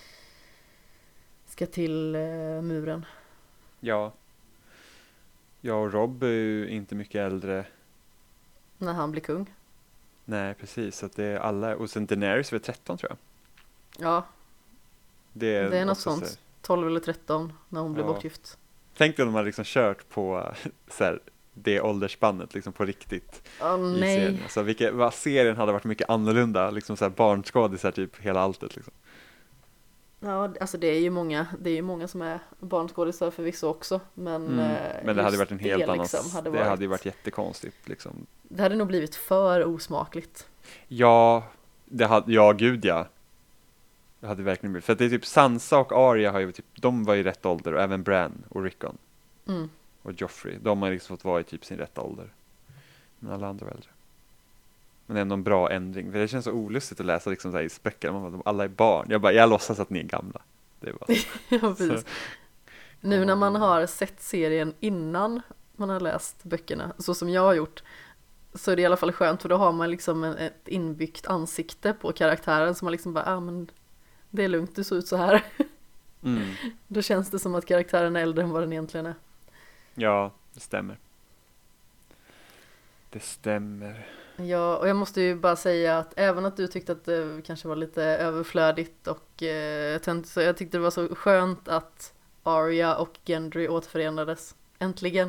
ska till eh, muren. Ja. Ja, och Rob är ju inte mycket äldre. När han blir kung. Nej, precis. Så att det är alla. Och sen Daenerys är väl tretton, tror jag. Ja, Det är, det är något också sånt. så- tolv eller tretton när hon blir Ja. bortgift. Tänk dig om de hade liksom kört på så här, det åldersspannet liksom på riktigt. Åh I nej. serien. Alltså, vilket, vad, serien hade varit mycket annorlunda. Liksom så här barnskådisar, typ hela alltet. Liksom. Ja, alltså det är ju många, det är ju många som är barnskådisar förvisso också. Men, Mm. eh, Men det hade just varit en helt det, annan. liksom, hade Det varit, hade ju varit jättekonstigt. Liksom. Det hade nog blivit för osmakligt. Ja, det hade, ja, gud ja. Det hade verkligen blivit. För att det är typ Sansa och Arya har ju typ, de var i rätt ålder, och även Bran och Rickon Mm. och Joffrey. De har liksom fått vara i typ sin rätta ålder. Men alla andra var äldre. Men ändå en bra ändring. För det känns så olustigt att läsa liksom så här i böckerna. Man bara, de alla är barn. Jag bara, jag låtsas att ni är gamla. Det är bara så. Ja, precis. Nu när man har sett serien innan man har läst böckerna, så som jag har gjort, så är det i alla fall skönt, för då har man liksom en, ett inbyggt ansikte på karaktären, så man liksom bara, ja ah, men det är lugnt, du ser ut så här. Mm. Då känns det som att karaktären är äldre än vad den egentligen är. Ja, det stämmer. Det stämmer. Ja, och jag måste ju bara säga att även att du tyckte att det kanske var lite överflödigt och eh, tönt, så jag tyckte det var så skönt att Arya och Gendry återförenades. Äntligen.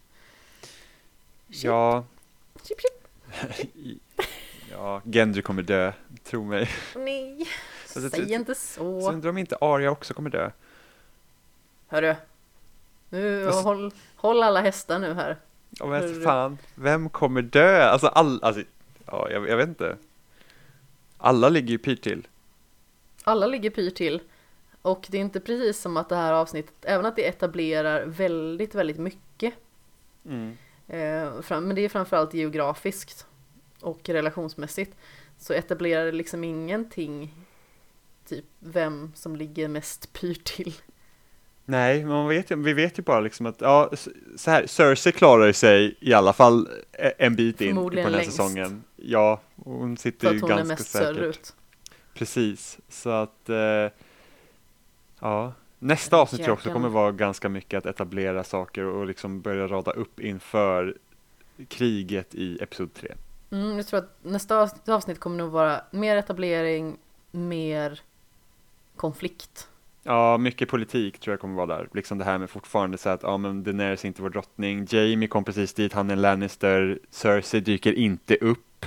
Ja. Chip, chip. Ja, Gendry kommer dö. Tro mig. Nej, Så det- säg inte Så så. undrar om inte Arya också kommer dö. Hörru, nu, Alltså- håll, håll alla hästar nu här. Ja, men Hörru. fan, vem kommer dö? Alltså, all, alltså ja, jag, jag vet inte. Alla ligger ju pyrt till. Alla ligger pyrt till. Och det är inte precis som att det här avsnittet, även att det etablerar väldigt, väldigt mycket. Eh, fram, men det är framförallt geografiskt och relationsmässigt. Så etablerar det liksom ingenting, typ vem som ligger mest pyrt till. Nej, men man vet ju, vi vet ju bara liksom att ja, s- så här, Cersei klarar sig i alla fall e- en bit in på Förmodligen den här längst. säsongen. Ja, hon sitter För ju att hon är ganska mest säkert. söderut. Precis, så att eh, ja, nästa avsnitt tror jag också Jäkeln. kommer vara ganska mycket att etablera saker och liksom börja rada upp inför kriget i episod tre. Mm, jag tror att nästa avsnitt kommer nog vara mer etablering, mer konflikt. Ja, mycket politik tror jag kommer vara där. Liksom det här med fortfarande så att, ja men Daenerys är inte vår drottning. Jaime kom precis dit, han är en Lannister. Cersei dyker inte upp.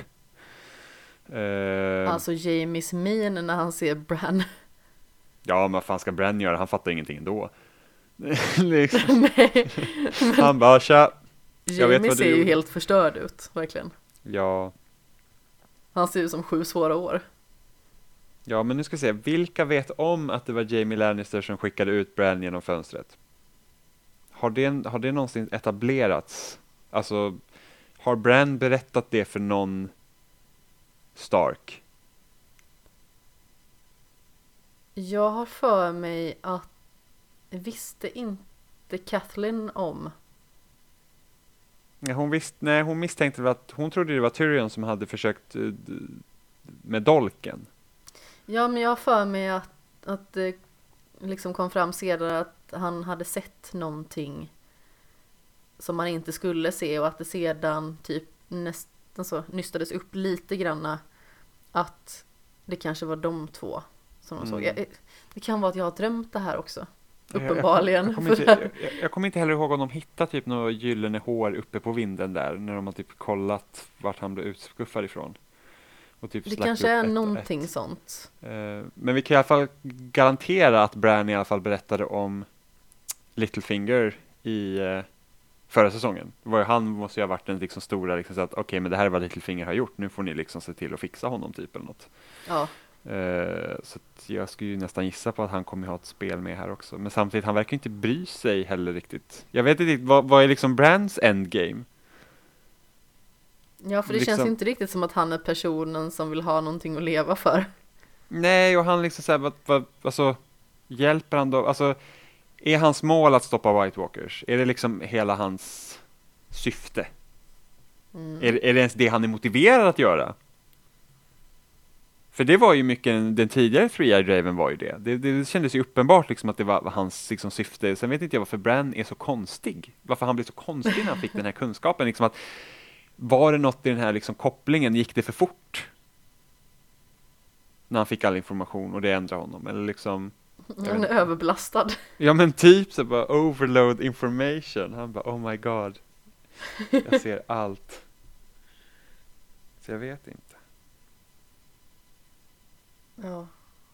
Uh, Alltså Jamies min när han ser Bran. Ja, men vad fan ska Bran göra? Han fattar ingenting ändå. liksom. Nej, Han bara, tja. Jag vet Jamie vad ser du ju gjorde. helt förstörd ut, verkligen. Ja. Han ser ut som sju svåra år. Ja, men nu ska vi se. Vilka vet om att det var Jaime Lannister som skickade ut Bran genom fönstret? Har det, har det någonsin etablerats? Alltså, har Bran berättat det för någon Stark? Jag har för mig att visste inte Kathleen om. Ja, hon, visst, nej, hon misstänkte väl att hon trodde det var Tyrion som hade försökt uh, med dolken. Ja, men jag har för mig att, att det liksom kom fram senare att han hade sett någonting som man inte skulle se och att det sedan typ nästan så nystades upp lite granna att det kanske var de två som de Mm. såg. Jag, det kan vara att jag har drömt det här också. Jag- Uppenbarligen. Jag, jag, kommer inte, jag, jag kommer inte heller ihåg om de hittade typ några gyllene hår uppe på vinden där när de har typ kollat vart han blev utskuffad ifrån. Och typ Det slagit kanske upp är ett och någonting ett. sånt. Eh, men vi kan i alla fall garantera att Bran i alla fall berättade om Littlefinger i eh, förra säsongen. Det var ju, han måste ju ha varit den liksom stora liksom, så att okej, okay, men det här är vad Littlefinger har gjort. Nu får ni liksom se till att fixa honom typ eller något. Ja. Eh, så att jag skulle ju nästan gissa på att han kommer ha ett spel med här också. Men samtidigt, han verkar inte bry sig heller riktigt. Jag vet inte, vad, vad är liksom Brans endgame? Ja, för det Liksom- känns inte riktigt som att han är personen som vill ha någonting att leva för. Nej, och han liksom såhär, vad, vad, alltså, hjälper han då? Alltså, är hans mål att stoppa White Walkers? Är det liksom hela hans syfte? Mm. Är, är det ens det han är motiverad att göra? För det var ju mycket, den tidigare Three-Eyed Raven var ju det. Det, det kändes ju uppenbart liksom att det var, var hans liksom, syfte. Sen vet inte jag varför Bran är så konstig. Varför han blev så konstig när han fick den här kunskapen. Liksom att, var det något i den här liksom, kopplingen? Gick det för fort? När han fick all information och det ändrade honom. Eller liksom... Han är överbelastad. Ja men typ så bara overload information. Han bara oh my god. Jag ser allt. Så jag vet inte. Ja.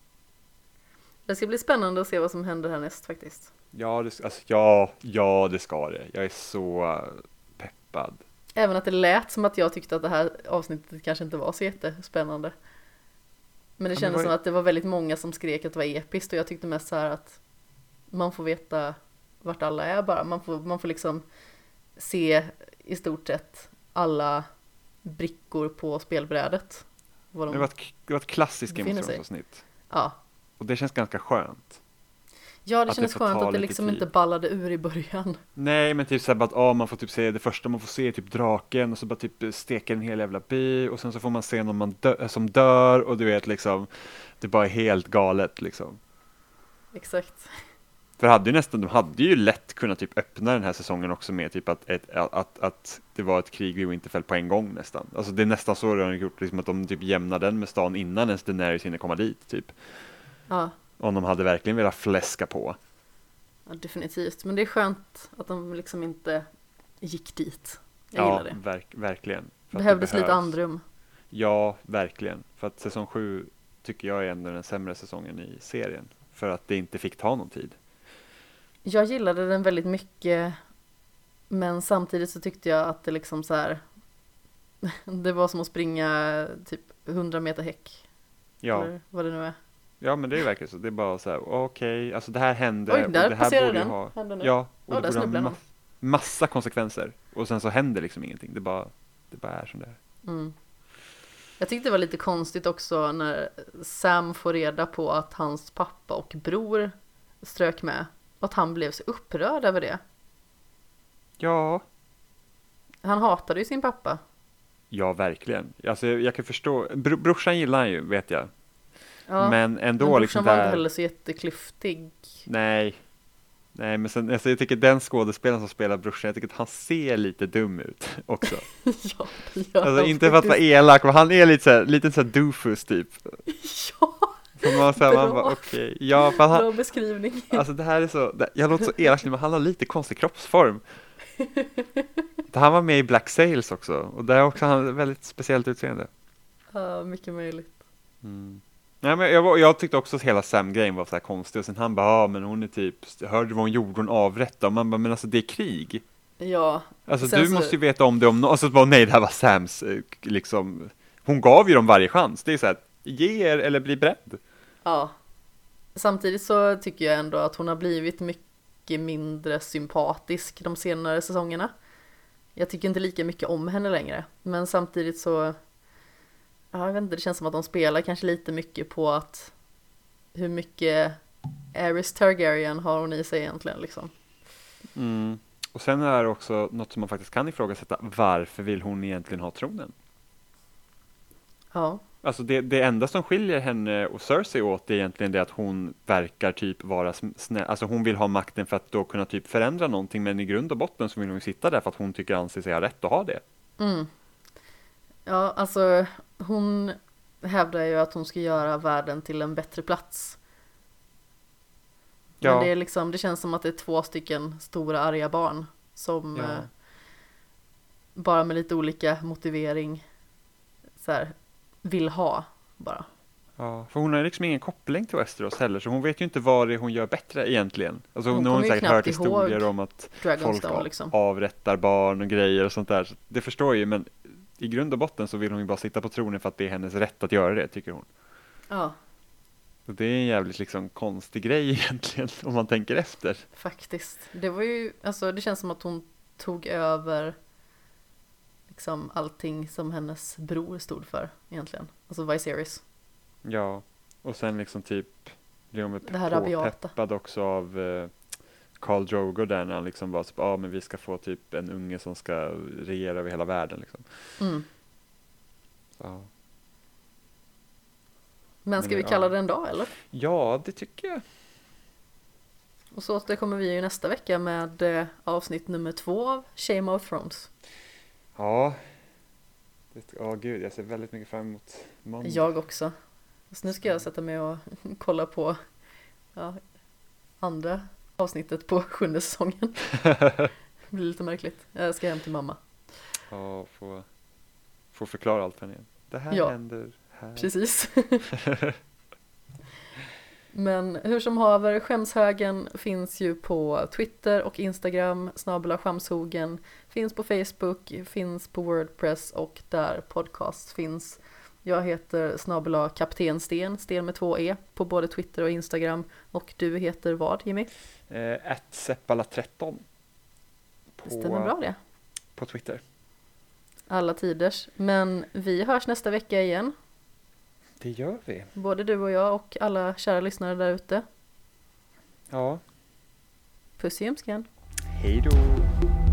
Det ska bli spännande att se vad som händer härnäst faktiskt. Ja, det, alltså, ja, ja, det ska det. Jag är så uh, peppad. Även att det lät som att jag tyckte att det här avsnittet kanske inte var så jättespännande. Men det det kändes var ju- som att det var väldigt många som skrek att det var episkt och jag tyckte mest så här att man får veta vart alla är bara. Man får, man får liksom se i stort sett alla brickor på spelbrädet. Vad de, Det var ett, det var ett klassiskt Game of befinner sig. Thrones-avsnitt. ja. Och det känns ganska skönt. ja, det Att det kändes får skönt ta att det lite liksom tid. inte ballade ur i början. Nej, men typ såhär bara att ah, man får typ se det första man får se är typ draken och så bara typ steker en hel jävla by och sen så får man se någon man dö- som dör och du vet liksom det bara är helt galet liksom. Exakt. För hade ju nästan, de hade ju lätt kunnat typ öppna den här säsongen också med typ att, ett, att, att, att det var ett krig vid Winterfell på en gång nästan. Alltså det är nästan så de har gjort, liksom att de typ jämnar den med stan innan ens Daenerys hinner komma dit typ. Ja. Om de hade verkligen velat fläska på. Ja, definitivt. Men det är skönt att de liksom inte gick dit. Jag Ja, gillar det. verk, verkligen. För att det Behövdes lite behövs. andrum. Ja, verkligen. För att säsong sju tycker jag är ändå den sämre säsongen i serien. För att det inte fick ta någon tid. Jag gillade den väldigt mycket. Men samtidigt så tyckte jag att det liksom så här. Det var som att springa typ hundra meter häck. Ja, Eller vad det nu är. ja men det är ju verkligen så. Det är bara så här, okej, alltså det här hände. Oj, och där det här passerade borde ju den. ha, Hände nu. ja, och Ja, det där borde ha snubblade ma- massa konsekvenser. Och sen så händer liksom ingenting. Det bara, det bara är som det är. Mm. Jag tyckte det var lite konstigt också när Sam får reda på att hans pappa och bror strök med. Och att han blev så upprörd över det. Ja, Han hatade ju sin pappa. ja verkligen. Alltså jag, jag kan förstå, br- brorsan gillar han ju, vet jag. Ja, Men ändå men brorsan liksom var inte där, heller så jätteklyftig. nej. Nej, men sen, alltså jag tycker den skådespelaren som spelar brorsan, jag tycker att han ser lite dum ut också. Ja, det gör Alltså han inte för att vara faktiskt. elak, men han är lite såhär, lite såhär doofus typ. Ja, Och man, så här, man Bra. bara okej, ja, för han, Bra beskrivning. alltså det här är så, det, jag låter så elak nu, men han har lite konstig kroppsform. Han var med i Black Sails också, och där också han har ett väldigt speciellt utseende. Ja, mycket möjligt. Mm. Nej, men jag, var- jag tyckte också att hela Sam-grejen var så här konstig, och sen han bara, ja men hon är typ, hörde du vad hon gjorde, hon avrättade, och man bara, men alltså det är krig. Ja. Alltså Sen du så- måste ju veta om det om no- alltså bara, nej det här var Sams, eh, liksom, hon gav ju dem varje chans, det är så här, ge er eller bli beredd. Ja. Samtidigt så tycker jag ändå att hon har blivit mycket mindre sympatisk de senare säsongerna. Jag tycker inte lika mycket om henne längre. Men samtidigt så, ja, jag vet inte, det känns som att de spelar kanske lite mycket på att hur mycket Aerys Targaryen har hon i sig egentligen liksom. Mm. Och sen är det också något som man faktiskt kan ifrågasätta, varför vill hon egentligen ha tronen? Ja. Alltså det, det enda som skiljer henne och Cersei åt är egentligen det att hon verkar typ vara snäll, alltså hon vill ha makten för att då kunna typ förändra någonting, men i grund och botten så vill hon ju sitta där för att hon tycker anser sig ha rätt att ha det. Mm. Ja, alltså hon hävdar ju att hon ska göra världen till en bättre plats. Men Ja. det är liksom, det känns som att det är två stycken stora arga barn som Ja. eh, bara med lite olika motivering så här, vill ha bara. Ja, för hon har liksom ingen koppling till Westeros heller, så hon vet ju inte vad det är hon gör bättre egentligen. Alltså Hon hon, hon har kommer ju säkert hört knappt historier ihåg om att folk Dragonstone av, liksom. avrättar barn och grejer och sånt där. Så det förstår jag ju, men i grund och botten så vill hon ju bara sitta på tronen för att det är hennes rätt att göra det, tycker hon. Ja, Och det är en jävligt liksom konstig grej egentligen, om man tänker efter. faktiskt. Det var ju, alltså det känns som att hon tog över liksom allting som hennes bror stod för egentligen. Alltså Viserys. Ja, och sen liksom typ blev hon Det här rabiata. påpeppad också av eh, Khal Drogo där, när han liksom var så, ja ah, men vi ska få typ en unge som ska regera över hela världen liksom. Mm. Så. Men ska Men vi det- kalla ja. det en dag eller? Ja, det tycker jag. Och så återkommer vi ju nästa vecka med eh, avsnitt nummer två av Shame of Thrones. Ja. Ja, oh, gud, jag ser väldigt mycket fram emot måndag. Jag också. Så nu ska jag sätta mig och kolla på ja, andra avsnittet på sjunde säsongen. Det blir lite märkligt. Jag ska hem till mamma. Ja, få, få förklara allt för henne igen. Det här Ja. händer här. Precis. Men hur som haver, Skämshögen finns ju på Twitter och Instagram, snabel-a skamshogen, finns på Facebook, finns på Wordpress och där podcast finns. Jag heter snabel-a kaptensten, sten med två e, på både Twitter och Instagram. Och du heter vad, Jimmy? Eh, at Seppala tretton Det stämmer bra det. på Twitter. Alla tiders. Men vi hörs nästa vecka igen. Det gör vi. Både du och jag och alla kära lyssnare där ute. Ja. Puss i ömskan. Hej då.